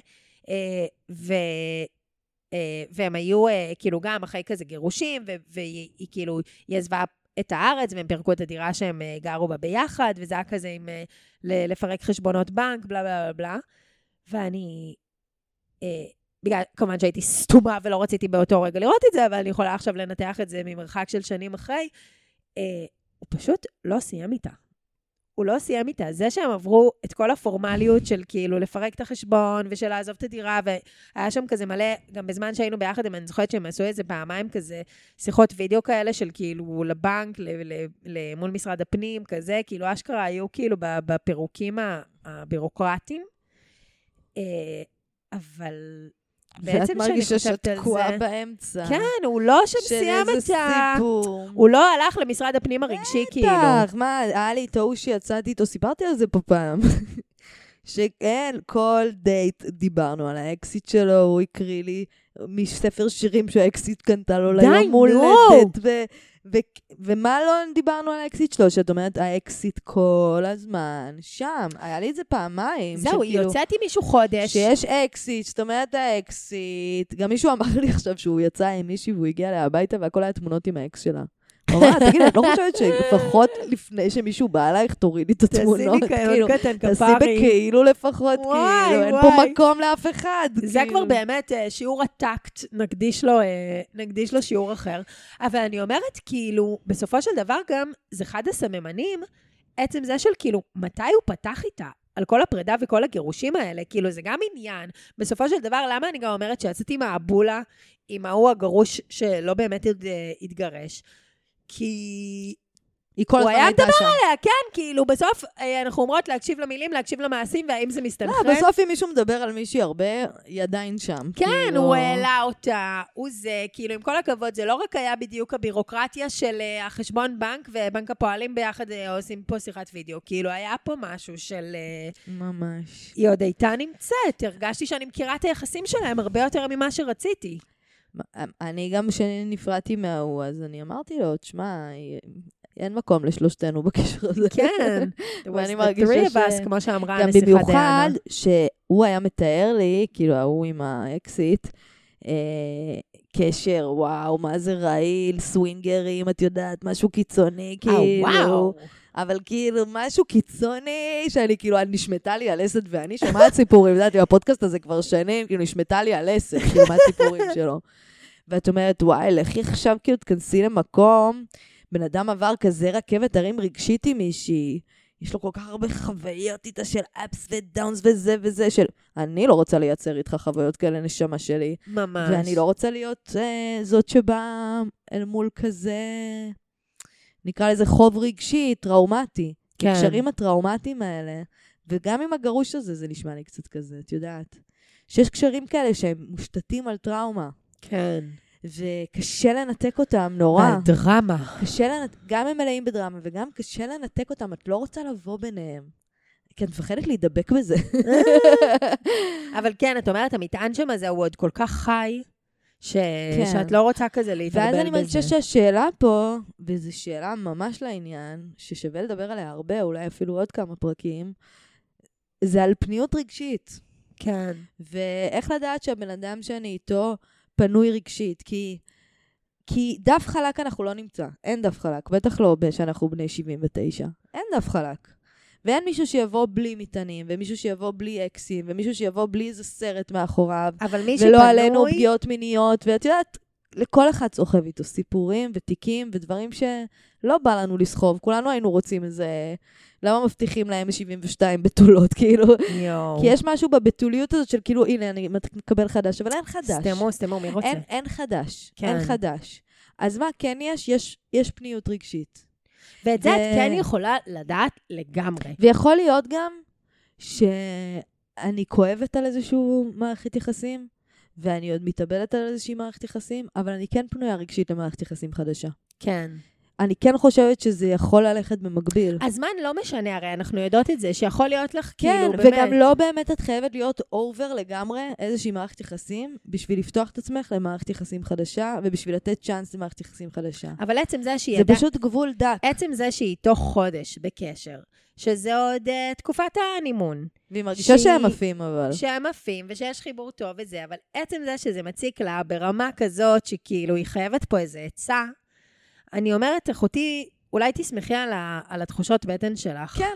והם היו כאילו גם אחרי כזה גירושים, והיא כאילו, היא עזבה את הארץ, והם פרקו את הדירה שהם גרו בה ביחד, וזה היה כזה עם לפרק חשבונות בנק, בלה בלה בלה. ואני, בגלל, כמובן שהייתי סתומה ולא רציתי באותו רגע לראות את זה, אבל אני יכולה עכשיו לנתח את זה ממרחק של שנים אחרי. הוא פשוט לא סיים איתה. הוא לא סיים איתה. זה שהם עברו את כל הפורמליות של כאילו לפרק את החשבון ושל לעזוב את הדירה, והיה שם כזה מלא, גם בזמן שהיינו ביחד, אני זוכרת שהם עשו איזה פעמיים כזה שיחות וידאו כאלה של כאילו לבנק, מול משרד הפנים, כזה, כאילו אשכרה היו כאילו בפירוקים הבירוקרטיים. אבל ואת מרגישה שאת תקועה באמצע. כן, הוא לא שם סיים את סיפור. הוא לא הלך למשרד הפנים הרגשי, כאילו. בטח, מה, היה לי איתו שיצאתי איתו, סיפרתי על זה פה פעם. שכן, כל דייט דיברנו על האקסיט שלו, הוא הקריא לי מספר שירים שהאקסיט קנתה לו ליום הולדת, ומה לא דיברנו על האקסיט שלו, שאת אומרת, האקסיט כל הזמן, שם, היה לי את זה פעמיים. זהו, יוצאתי מישהו חודש. שיש אקסיט, זאת אומרת האקסיט, גם מישהו אמר לי עכשיו שהוא יצא עם מישהי, והוא הגיע לה הביתה, והכל היה תמונות עם האקס שלה. הוא אמר, תגידי, את לא חושבת שלפחות לפני שמישהו בא אלייך, תורידי את התמונות, כאילו, תעשי בכאילו לפחות, כאילו, אין פה מקום לאף אחד. זה כבר באמת שיעור הטקט, נקדיש לו שיעור אחר. אבל אני אומרת, כאילו, בסופו של דבר גם, זה אחד הסממנים, עצם זה של כאילו, מתי הוא פתח איתה? על כל הפרידה וכל הגירושים האלה, כאילו זה גם עניין. בסופו של דבר, למה אני גם אומרת שיצאתי מהבולה עם ההוא הגרוש שלא באמת התגרש? כי הוא היה מדבר עליה, כן, כאילו בסוף אנחנו אומרות להקשיב למילים, להקשיב למעשים, והאם זה מסתנכרן. לא, בסוף אם מישהו מדבר על מישהי הרבה, היא עדיין שם. כן, הוא העלה אותה, הוא זה, כאילו עם כל הכבוד, זה לא רק היה בדיוק הבירוקרטיה של החשבון בנק ובנק הפועלים ביחד עושים פה שיחת וידאו, כאילו היה פה משהו של... ממש. היא עוד הייתה נמצאת, הרגשתי שאני מכירה את היחסים שלהם הרבה יותר ממה שרציתי. אני גם כשנפרדתי מההוא, אז אני אמרתי לו, תשמע, אין מקום לשלושתנו בקשר הזה. כן. ואני מרגישה כמו שאמרה גם הנסיכה דיאנה. במיוחד שהוא היה מתאר לי, כאילו ההוא עם האקסיט, קשר, וואו, מה זה רעיל, סווינגרים, את יודעת, משהו קיצוני, כאילו. וואו. אבל כאילו, משהו קיצוני, שאני כאילו, נשמתה לי הלסת, ואני שומעת סיפורים, יודעת, הפודקאסט הזה כבר שנים, כאילו, נשמתה לי הלסת, כאילו, מה הסיפורים שלו. ואת אומרת, וואי, לכי עכשיו, כאילו, תכנסי למקום, בן אדם עבר כזה רכבת הרים רגשית עם מישהי, יש לו כל כך הרבה חוויות איתה של אפס ודאונס וזה וזה, של אני לא רוצה לייצר איתך חוויות כאלה נשמה שלי. ממש. ואני לא רוצה להיות זאת שבאה אל מול כזה, נקרא לזה חוב רגשי, טראומטי. כן. הקשרים הטראומטיים האלה, וגם עם הגרוש הזה, זה נשמע לי קצת כזה, את יודעת. שיש קשרים כאלה שהם מושתתים על טראומה. כן. וקשה לנתק אותם, נורא. הדרמה. גם הם מלאים בדרמה, וגם קשה לנתק אותם, את לא רוצה לבוא ביניהם. כי את מפחדת להידבק בזה. אבל כן, את אומרת, המטען שם הזה הוא עוד כל כך חי, שאת לא רוצה כזה להתרבל בזה. ואז אני מרגישה שהשאלה פה, וזו שאלה ממש לעניין, ששווה לדבר עליה הרבה, אולי אפילו עוד כמה פרקים, זה על פניות רגשית. כן. ואיך לדעת שהבן אדם שאני איתו פנוי רגשית, כי דף חלק אנחנו לא נמצא. אין דף חלק, בטח לא שאנחנו בני 79. אין דף חלק. ואין מישהו שיבוא בלי מטענים, ומישהו שיבוא בלי אקסים, ומישהו שיבוא בלי איזה סרט מאחוריו, ולא עלינו פגיעות מיניות, ואת יודעת, לכל אחד סוחב איתו סיפורים ותיקים ודברים שלא בא לנו לסחוב. כולנו היינו רוצים איזה... למה מבטיחים להם 72 בתולות, כאילו? כי יש משהו בבתוליות הזאת של כאילו, הנה, אני מקבל חדש, אבל אין חדש. סתמו, מי רוצה? אין חדש, כן. אין חדש. אז מה, כן יש פניות רגשית. ואת זה את כן יכולה לדעת לגמרי. ויכול להיות גם שאני כואבת על איזשהו מערכת יחסים, ואני עוד מתאבלת על איזושהי מערכת יחסים, אבל אני כן פנויה רגשית למערכת יחסים חדשה. כן. אני כן חושבת שזה יכול ללכת במקביל. הזמן לא משנה, הרי אנחנו יודעות את זה, שיכול להיות לך כן, כאילו באמת. וגם לא באמת את חייבת להיות אובר לגמרי איזושהי מערכת יחסים, בשביל לפתוח את עצמך למערכת יחסים חדשה, ובשביל לתת צ'אנס למערכת יחסים חדשה. אבל עצם זה שהיא... זה פשוט גבול דק. עצם זה שהיא תוך חודש בקשר, שזה עוד תקופת האנימון. והיא מרגישה שהם עפים, אבל. שהם עפים, ושיש חיבור טוב וזה, אבל עצם זה שזה מציק לה ברמה כזאת, שכאילו היא חייבת פה איזה עצה, אני אומרת, אחותי, אולי תשמחי על התחושות בטן שלך. כן,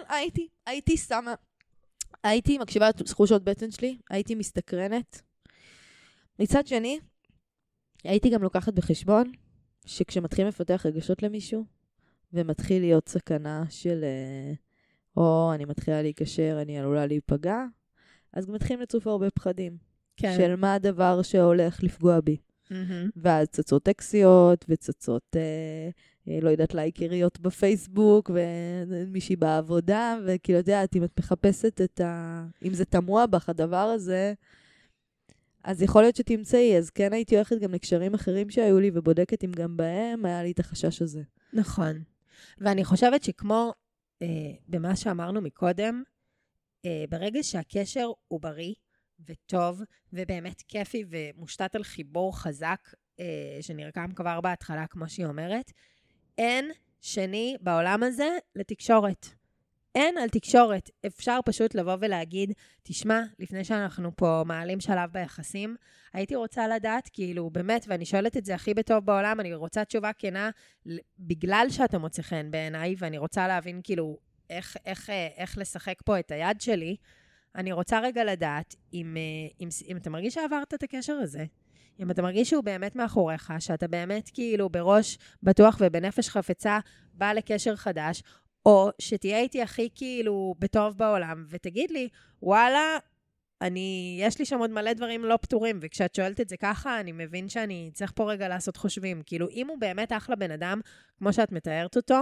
הייתי מקשיבה לתחושות בטן שלי, הייתי מסתקרנת. מצד שני, הייתי גם לוקחת בחשבון, שכשמתחילים לפתח רגשות למישהו, ומתחיל להיות סכנה של, אני מתחילה להיקשר, אני עלולה להיפגע, אז גם מתחילים לצוף הרבה פחדים. כן. של מה הדבר שהולך לפגוע בי. ואז צצות טקסיות, וצצות, לא יודעת, לייקריות בפייסבוק, ומישהי בעבודה, וכאילו יודעת, אם את מחפשת אם זה תמוה בך הדבר הזה, אז יכול להיות שתמצאי, אז כן הייתי הולכת גם לקשרים אחרים שהיו לי, ובודקת אם גם בהם היה לי את החשש הזה. נכון. ואני חושבת שכמו במה שאמרנו מקודם, ברגע שהקשר הוא בריא, וטוב, ובאמת כיפי, ומושתת על חיבור חזק, שנרקם כבר בהתחלה, כמו שהיא אומרת, אין שני בעולם הזה לתקשורת. אין על תקשורת. אפשר פשוט לבוא ולהגיד, תשמע, לפני שאנחנו פה מעלים שלב ביחסים, הייתי רוצה לדעת, כאילו, באמת, ואני שואלת את זה הכי בטוב בעולם, אני רוצה תשובה כנה, בגלל שאתה מוצא חן בעיניי, ואני רוצה להבין, כאילו, איך לשחק פה את היד שלי, אני רוצה רגע לדעת, אם אתה מרגיש שעברת את הקשר הזה, אם אתה מרגיש שהוא באמת מאחוריך, שאתה באמת כאילו בראש בטוח ובנפש חפצה בא לקשר חדש, או שתהיה איתי הכי כאילו בטוב בעולם, ותגיד לי, וואלה, יש לי שם עוד מלא דברים לא פתורים, וכשאת שואלת את זה ככה, אני מבין שאני צריך פה רגע לעשות חושבים. כאילו, אם הוא באמת אחלה בן אדם, כמו שאת מתארת אותו,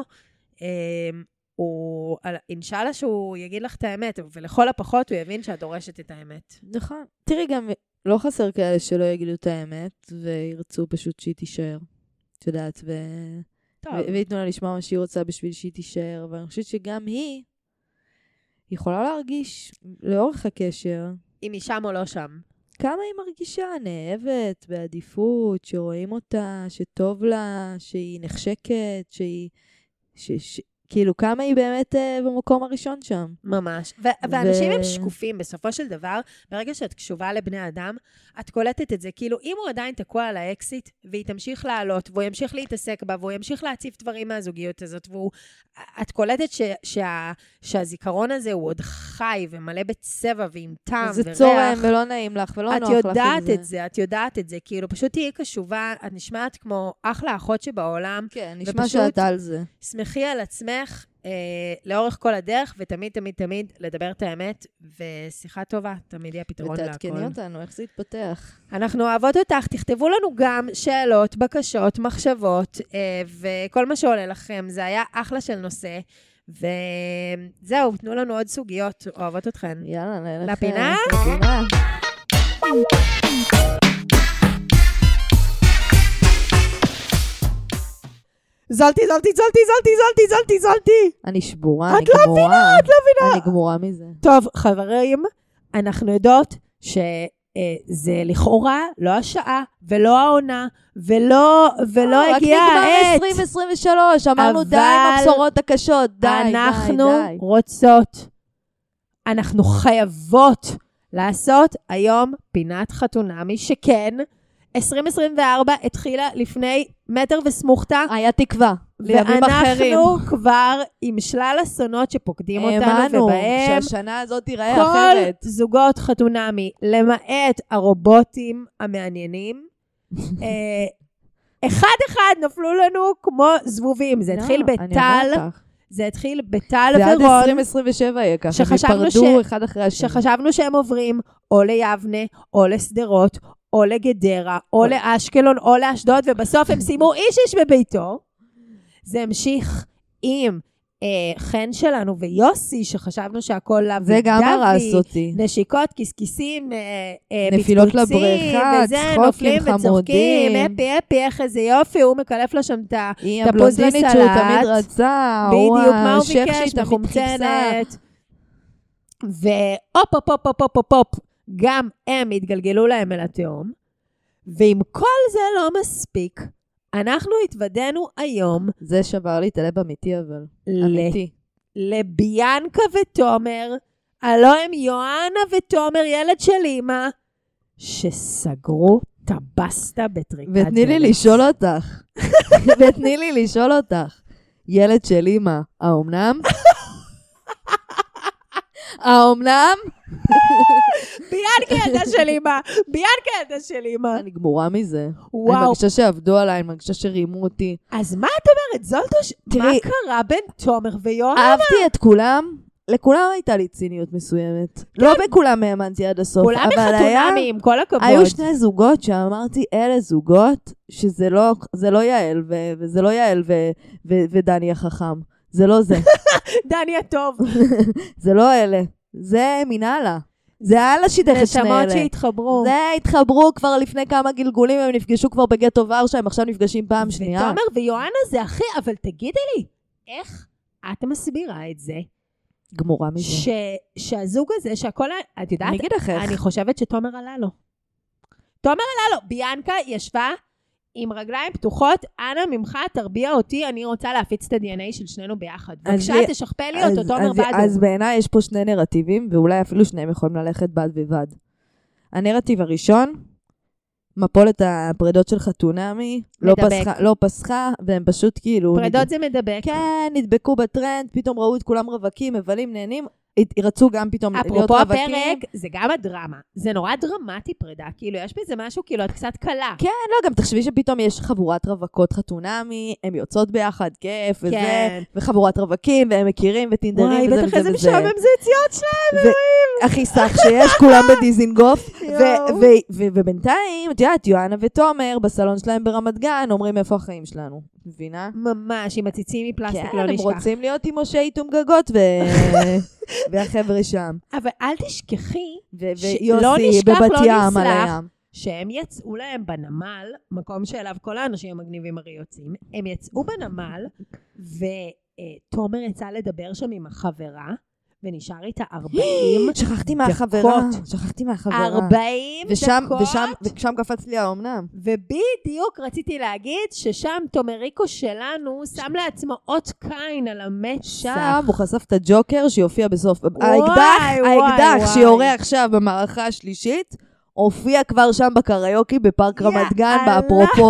הוא, אינשאללה שהוא יגיד לך את האמת, ולכל הפחות הוא יבין שאת דורשת את האמת. נכון. תראי, גם לא חסר כאלה שלא יגידו את האמת, וירצו פשוט שהיא תישאר. את יודעת, ויתנו לה לשמוע מה שהיא רוצה בשביל שהיא תישאר, אבל אני חושבת שגם היא יכולה להרגיש לאורך הקשר. אם היא שם או לא שם. כמה היא מרגישה נאהבת, בעדיפות, שרואים אותה, שטוב לה, שהיא נחשקת, כאילו כמה היא באמת במקום הראשון שם. ממש. ואנשים הם שקופים בסופו של דבר, ברגע שאת קשובה לבני אדם, את קולטת את זה. כאילו, אם הוא עדיין תקוע על האקסיט, והיא תמשיך לעלות, והוא ימשיך להתעסק בה, והוא ימשיך להציף דברים מהזוגיות הזאת, את קולטת שהזיכרון הזה הוא עוד חי, ומלא בצבע, ועם טעם וריח. זה צורם ולא נעים לך, ולא נוח לך עם זה. את יודעת את זה. כאילו, פשוט תהיי קשובה, את נשמעת כמו אחלה אחות שבעולם. כן, נשמע שאת על זה. שמחי על עצמך, לאורך כל הדרך, ותמיד, תמיד, תמיד לדבר את האמת, ושיחה טובה, תמיד יהיה פתרון להכל. ותעדכני אותנו, איך זה יתפתח. אנחנו אוהבות אותך, תכתבו לנו גם שאלות, בקשות, מחשבות, וכל מה שעולה לכם, זה היה אחלה של נושא, וזהו, תנו לנו עוד סוגיות, אוהבות אתכן. יאללה, נלך לפינה. זלתי. אני שבורה, את לא מבינה. אני גמורה מזה. טוב, חברים, אנחנו יודעות שזה לכאורה לא השעה, ולא העונה, ולא הגיע העת. רק נגמר 2023, אמרנו די עם הבשורות הקשות, די. אנחנו רוצות, אנחנו חייבות לעשות היום פינת חתונמי, שכן, 2024 התחילה לפני מטר וסמוכתה. היה תקווה. ואנחנו כבר עם שלל אסונות שפוקדים אותנו, האמנו ובהם שהשנה הזאת תיראה אחרת. כל זוגות חתונמי, למעט הרובוטים המעניינים, אחד נפלו לנו כמו זבובים. זה התחיל בטל, זה התחיל בטל ורון. זה עד 2027 יהיה ככה, שפרדו אחד אחרי השני. שחשבנו שהם עוברים או ליבנה, או לסדרות, או לגדרה, או לאשקלון, או לאשדוד, ובסוף הם סיימו איש בביתו. זה המשיך עם חן שלנו ויוסי, שחשפנו שהכל לאו זה גם הרס אותי. נשיקות, כסכיסים, נפילות לבריכה, צחוקים חמודים. אפי, איך איזה יופי, הוא מקלף לו שם את הפוז לסלט. היא הבלונדינית שהוא תמיד רצה, בדיוק, מה הוא השייך ביקש, שהיא תמיד מחומצנת. והופ, גם הם התגלגלו להם אל התהום, ועם כל זה לא מספיק, אנחנו התוודענו היום. זה שבר לי את הלב אמיתי, אבל אמיתי. לביאנקה ותומר, הלא הם יואנה ותומר, ילד של אמא, שסגרו את הבסטה בטריקת דלת. ותני לי לשאול אותך, ילד של אמא, האומנם? האומנם? ביאנקה ילדה של אמא. אני גמורה מזה. וואו. אני מרגישה שעבדו עליי, אני מרגישה שרימו אותי. אז מה את אומרת? זולטוש, מה קרה בין תומר ויואנה? אהבתי את כולם. לכולם הייתה לי ציניות מסוימת. לא בכולם האמנתי עד הסוף. כולם מחתונמי, עם כל הכבוד. היו שני זוגות שאמרתי, אלה זוגות שזה לא יעל, וזה לא יעל ודני החכם. זה לא זה. דני הטוב. זה לא אלה. זה מנהלה. זה הלאה שידך את שני אלה. נשמות שהתחברו. זה התחברו כבר לפני כמה גלגולים, הם נפגשו כבר בגטו ורשה, הם עכשיו נפגשים פעם שנייה. ותומר ויואנה זה אחי, אבל תגידי לי, איך את מסבירה את זה? גמורה מזה. שהזוג הזה, שהכל, את יודעת, אני אגיד לך איך. אני חושבת שתומר עלה לו. ביאנקה ישבה עם רגליים פתוחות, אנא ממך תרביע אותי, אני רוצה להפיץ את ה-DNA של שנינו ביחד. בבקשה, תשכפל לי אותו, תומר בדו. אז בעיניי יש פה שני נרטיבים, ואולי אפילו שניהם יכולים ללכת בד בבד. הנרטיב הראשון, מפולת הפרידות של חתונמי, לא פסחה, והם פשוט כאילו... פרידות זה מדבק. כן, נדבקו בטרנד, פתאום ראו את כולם רווקים, מבלים, נהנים. רצו גם פתאום להיות רווקים. אפרופו הפרק, זה גם הדרמה. זה נורא דרמטי פרידה, כאילו, יש בזה משהו, כאילו, את קצת קלה. כן, לא, גם תחשבי שפתאום יש חבורת רווקות חתונמי, הם יוצאות ביחד, כיף, וזה, וחבורת רווקים, והם מכירים, וטינדרים, וזה וזה וזה. בטח איזה משעמם זה יציאות שלהם, אלוהים. הכי סך שיש, כולם בדיזינגוף, ובינתיים, את יודעת, יואנה ותומר, בסלון שלהם ברמת גן, אומרים איפה החיים שלנו. מבינה? ממש, עם הציצים מפלסטיק, לא נשכח. כן, הם רוצים להיות עם משה איתום גגות, והחבר'ה שם. אבל אל תשכחי, ויוסי בבת ים על הים. שהם יצאו להם בנמל, מקום שאליו כל האנשים המגניבים הרי יוצאים, הם יצאו בנמל, ותומר יצא לדבר שם עם החברה, ונשאר איתה 40 דקות. שכחתי מהחברה. 40 דקות. ושם קפץ לי האומנם. ובדיוק רציתי להגיד ששם תומריקו שלנו שם לעצמו אות קין על המצח. שם הוא חשף את הג'וקר שיופיע בסוף. האקדח שיורה עכשיו במערכה השלישית, הופיע כבר שם בקריוקי בפארק רמת גן, באפרופו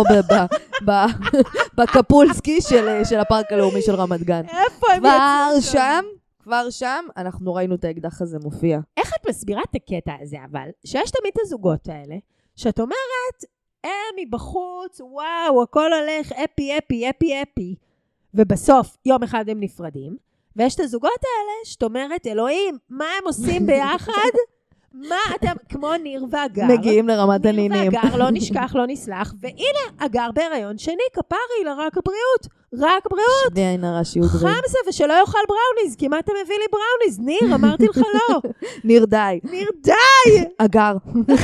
בקפולסקי של הפארק הלאומי של רמת גן. איפה הם יצאו שם? כבר שם, אנחנו ראינו את האקדח הזה מופיע. איך את מסבירה את הקטע הזה, אבל? שיש תמיד את הזוגות האלה, שאת אומרת, הם מבחוץ, וואו, הכל הולך, אפי, אפי, אפי, אפי. ובסוף, יום אחד הם נפרדים, ויש את הזוגות האלה, שאת אומרת, אלוהים, מה הם עושים ביחד? מה אתם, כמו ניר ואגר. מגיעים לרמת הנינים. ניר ואגר, לא נשכח, לא נסלח, והנה, אגר בהיריון שני, כפרי, לרק הבריאות. רק בריאות. שדי עין הרע שיהיו בריאות. חמסה, ושלא יאכל בראוניז, כי מה אתה מביא לי בראוניז? ניר, אמרתי לך לא. ניר די. ניר די! אגר.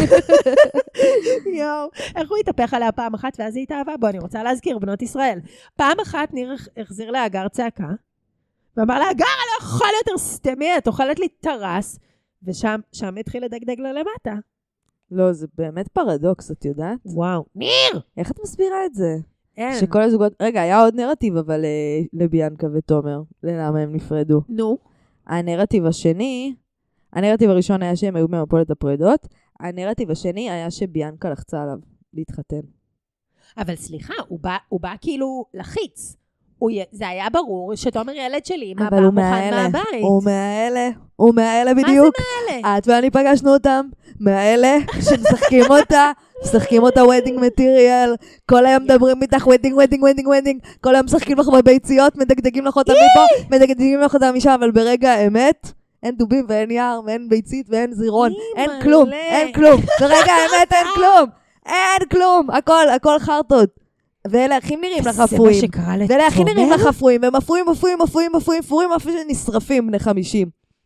יואו, איך הוא התהפך עליה פעם אחת, ואז היא התאהבה בו, אני רוצה להזכיר, בנות ישראל. פעם אחת ניר החזיר לאגר צעקה, ואמר לה, אגר, אני לא אוכל יותר סתמי, את אוכלת לי טרס, ושם התחיל לדגדג לה למטה. לא, זה באמת פרדוקס, את יודעת? וואו. ניר! איך את מסבירה את זה? אין. שכל הזוגות... רגע, היה עוד נרטיב, אבל לביאנקה ותומר, למה הם נפרדו. נו. הנרטיב השני, הנרטיב הראשון היה שהם היו במפולת הפרידות, הנרטיב השני היה שביאנקה לחצה עליו להתחתן. אבל סליחה, הוא בא כאילו לחיץ. זה היה ברור שתומר ילד שלי, מה בא מוכן מהבית. הוא מהאלה בדיוק. מה זה מהאלה? את ואני פגשנו אותם, מהאלה שמשחקים אותה, משחקים אותה wedding material, כל היום מדברים איתך wedding, כל היום משחקים לך בביציות, מדגדגים לך אותם מפה, מדגדגים לך אותם משם, אבל ברגע האמת, אין דובים ואין יער, ואין ביצית ואין זירון, אין כלום, ברגע האמת אין כלום, הכל חרטות. ואלה הכי נראים לך אפויים. ואלה הכי נראים לך אפויים. והם אפויים, אפילו שנשרפים בני 50.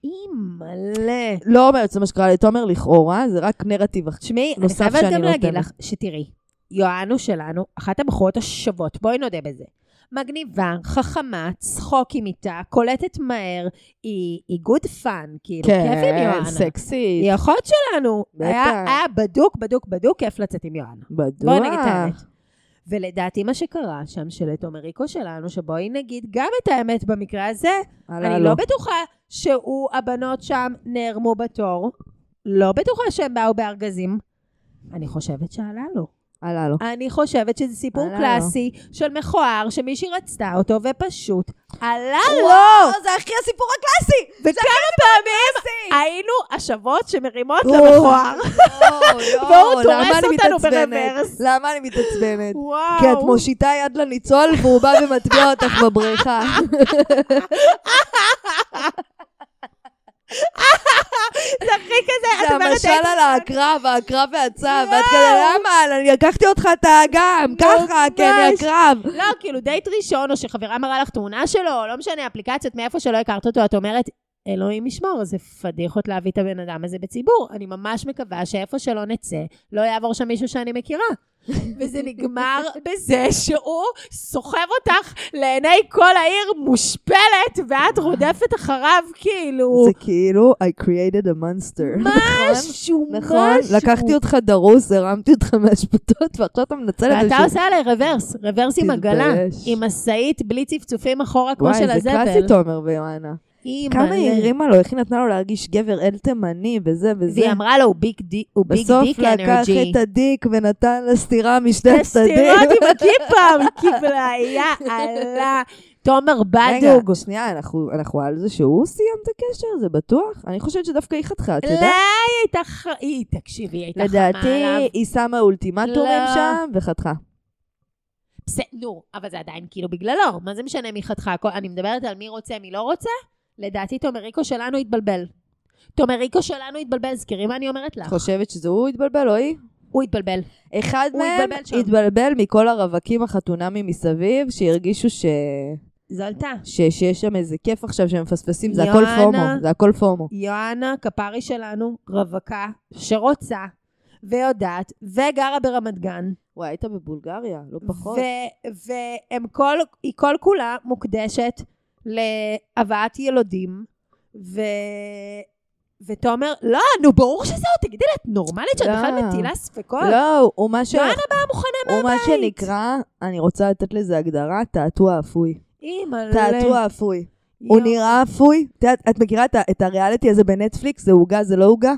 מלא. לא אומרת, זה מה שקרה לתומר לכאורה, זה רק נרטיב נוסף שאני לא תשמעי, אני חייבת גם להגיד לך, שתראי, יואנו שלנו, אחת הבחורות השוות, בואי נודה בזה. מגניבה, חכמה, צחוקים איתה, קולטת מהר, היא good fun, כאילו, כיף עם יואנה. כן, סקסית. היא אחות שלנו. היה בדוק, כיף לצאת עם יואנה. בואי נגיד את האמת. ולדעתי מה שקרה שם של תומריקו שלנו, שבואי נגיד גם את האמת במקרה הזה, אני לא בטוחה שהוא, הבנות שם נערמו בתור, לא בטוחה שהם באו בארגזים, אני חושבת שעלה לו. אני חושבת שזה סיפור קלאסי של מכוער, שמישהי רצתה אותו ופשוט עלה לו. וואו, זה הכי הסיפור הקלאסי. וכמה פעמים היינו השוות שמרימות למכוער. והוא תורס אותנו ברוורס. למה אני מתעצבנת? כי את מושיטה יד לניצול והוא בא ומטביע אותך בבריכה. זה הכי כזה, זה המשל על העקרב והצב, ואת כזה, למה? אני לקחתי אותך את האגם, ככה, כי אני עקרב. לא, כאילו דייט ראשון, או שחברה מראה לך תמונה שלו, לא משנה, אפליקציות, מאיפה שלא הכרת אותו, את אומרת, אלוהים ישמור, זה פדיחות להביא את הבן אדם הזה בציבור. אני ממש מקווה שאיפה שלא נצא, לא יעבור שם מישהו שאני מכירה. וזה נגמר בזה שהוא סוחב אותך לעיני כל העיר מושפלת, ואת רודפת אחריו כאילו. זה כאילו, I created a monster. משהו. נכון, לקחתי אותך דרוס, הרמתי אותך מהשפטות, ועכשיו אתה מנצל את זה. ואתה עושה עליי רוורס עם עגלה, עם מסעית בלי צפצופים אחורה כמו של הזבל. וואי, זה קלאסי תומר ויואנה. כמה היא הרימה לו, איך היא נתנה לו להרגיש גבר אל תימני וזה וזה. והיא אמרה לו, הוא ביג דיק אנרג'י. בסוף לקח את הדיק ונתן לה סתירה משתי הצדדים. סתירות עם הכיפה, קיבלה, היה עלה. תומר בדוג. רגע, שנייה, אנחנו על זה שהוא סיים את הקשר, זה בטוח? אני חושבת שדווקא היא חתכה, את יודעת? לא, תקשיבי, היא הייתה חמה עליו. לדעתי, היא שמה אולטימטורים שם וחתכה. נו, אבל זה עדיין כאילו בגללו. מה זה משנה מי חתכה? אני מדברת על מי רוצה, מי לא רוצה? לדעתי, תומריקו שלנו התבלבל. זכירי מה אני אומרת לך? חושבת שזה הוא התבלבל או היא? הוא התבלבל. אחד מהם התבלבל מכל הרווקים החתונמים מסביב, שהרגישו זולתה. שיש שם איזה כיף עכשיו שהם מפספסים, זה הכל פומו. יואנה, כפרי שלנו, רווקה, שרוצה ויודעת, וגרה ברמת גן. וואי, היית בבולגריה, לא פחות. והיא כל כולה מוקדשת להבאת ילודים, ותומר, לא, נו, ברור שזה עוד, תגידי לה, את נורמלית שאת בכלל מטילה ספקות? לא, יואנה באה מוכנה מהבית. הוא מה שנקרא, אני רוצה לתת לזה הגדרה, תעתוע אפוי. אימא'לה. תעתוע אפוי. הוא נראה אפוי. את מכירה את הריאליטי הזה בנטפליקס? זה הוגה, זה לא הוגה?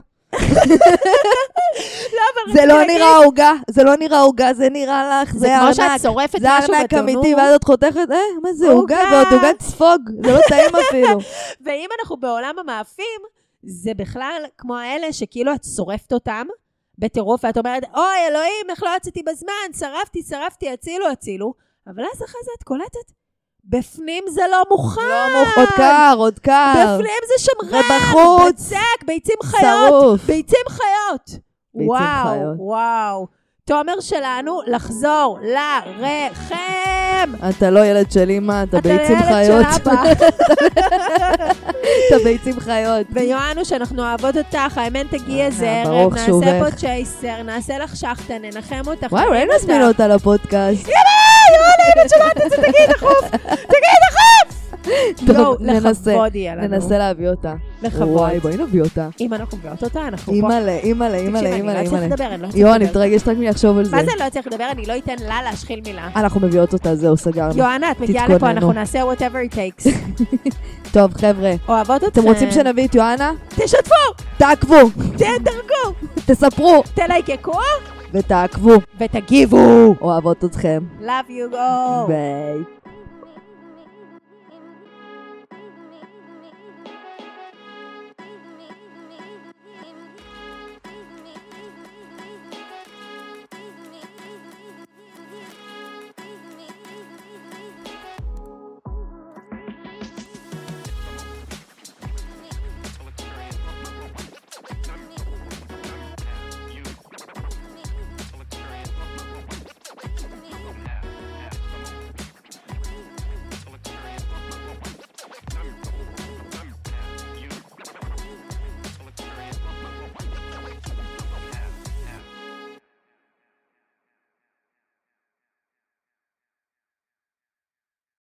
זה לא נראה הוגה, זה נראה לך, זה כמו שאת שורפת משהו בתונו. זה ארנק אמיתי, ואז את חותכת, מה זה הוגה? ועוד הוגת ספוג, זה לא טעים אפילו. ואם אנחנו בעולם המאפים, זה בכלל כמו האלה שכאילו את שורפת אותם בטירוף, ואת אומרת, אוי אלוהים, איך לא יצאתי בזמן, שרפתי, הצילו, אבל אז אחרי זה את קולטת, בפנים זה לא מוכן. עוד קר. בפנים זה שמרן. ובחוץ. בצק, ביצים חיות. וואו. תומר שלנו, לחזור לרחם. אתה לא ילד של אמא, אתה ביצים חיות. אתה לא ילד של אבא. אתה ביצים חיות. ויואנו שאנחנו אוהבות אותך, האמן תגיעי איזה ערב, נעשה פה צ'ייסר, נעשה לך שחטה, ננחם אותך. וואי, אולי נזמין אותה לפודקאסט. יאללה, אני שמעת את זה, תגיעי דחוף. טוב, ננסה להביא אותה. לכבוד. וואי, בואי נביא אותה. אם אנחנו מביאות אותה, אנחנו פה. אימא'לה. אני לא צריך לדבר, יואו, אני מתרגשת רק מלחשוב על זה. מה זה לא צריך לדבר? אני לא אתן לה להשחיל מילה. אנחנו מביאות אותה, זהו, סגרנו. יואנה, את מגיעה לפה, אנחנו נעשה whatever it takes. טוב, חבר'ה. אוהבות אתכם. אתם רוצים שנביא את יואנה? תשתפו! תעקבו! תדרגו! תספרו! תלייקקו! ותעקבו! ותגיבו! אוהבות אתכם. Love you all! ביי.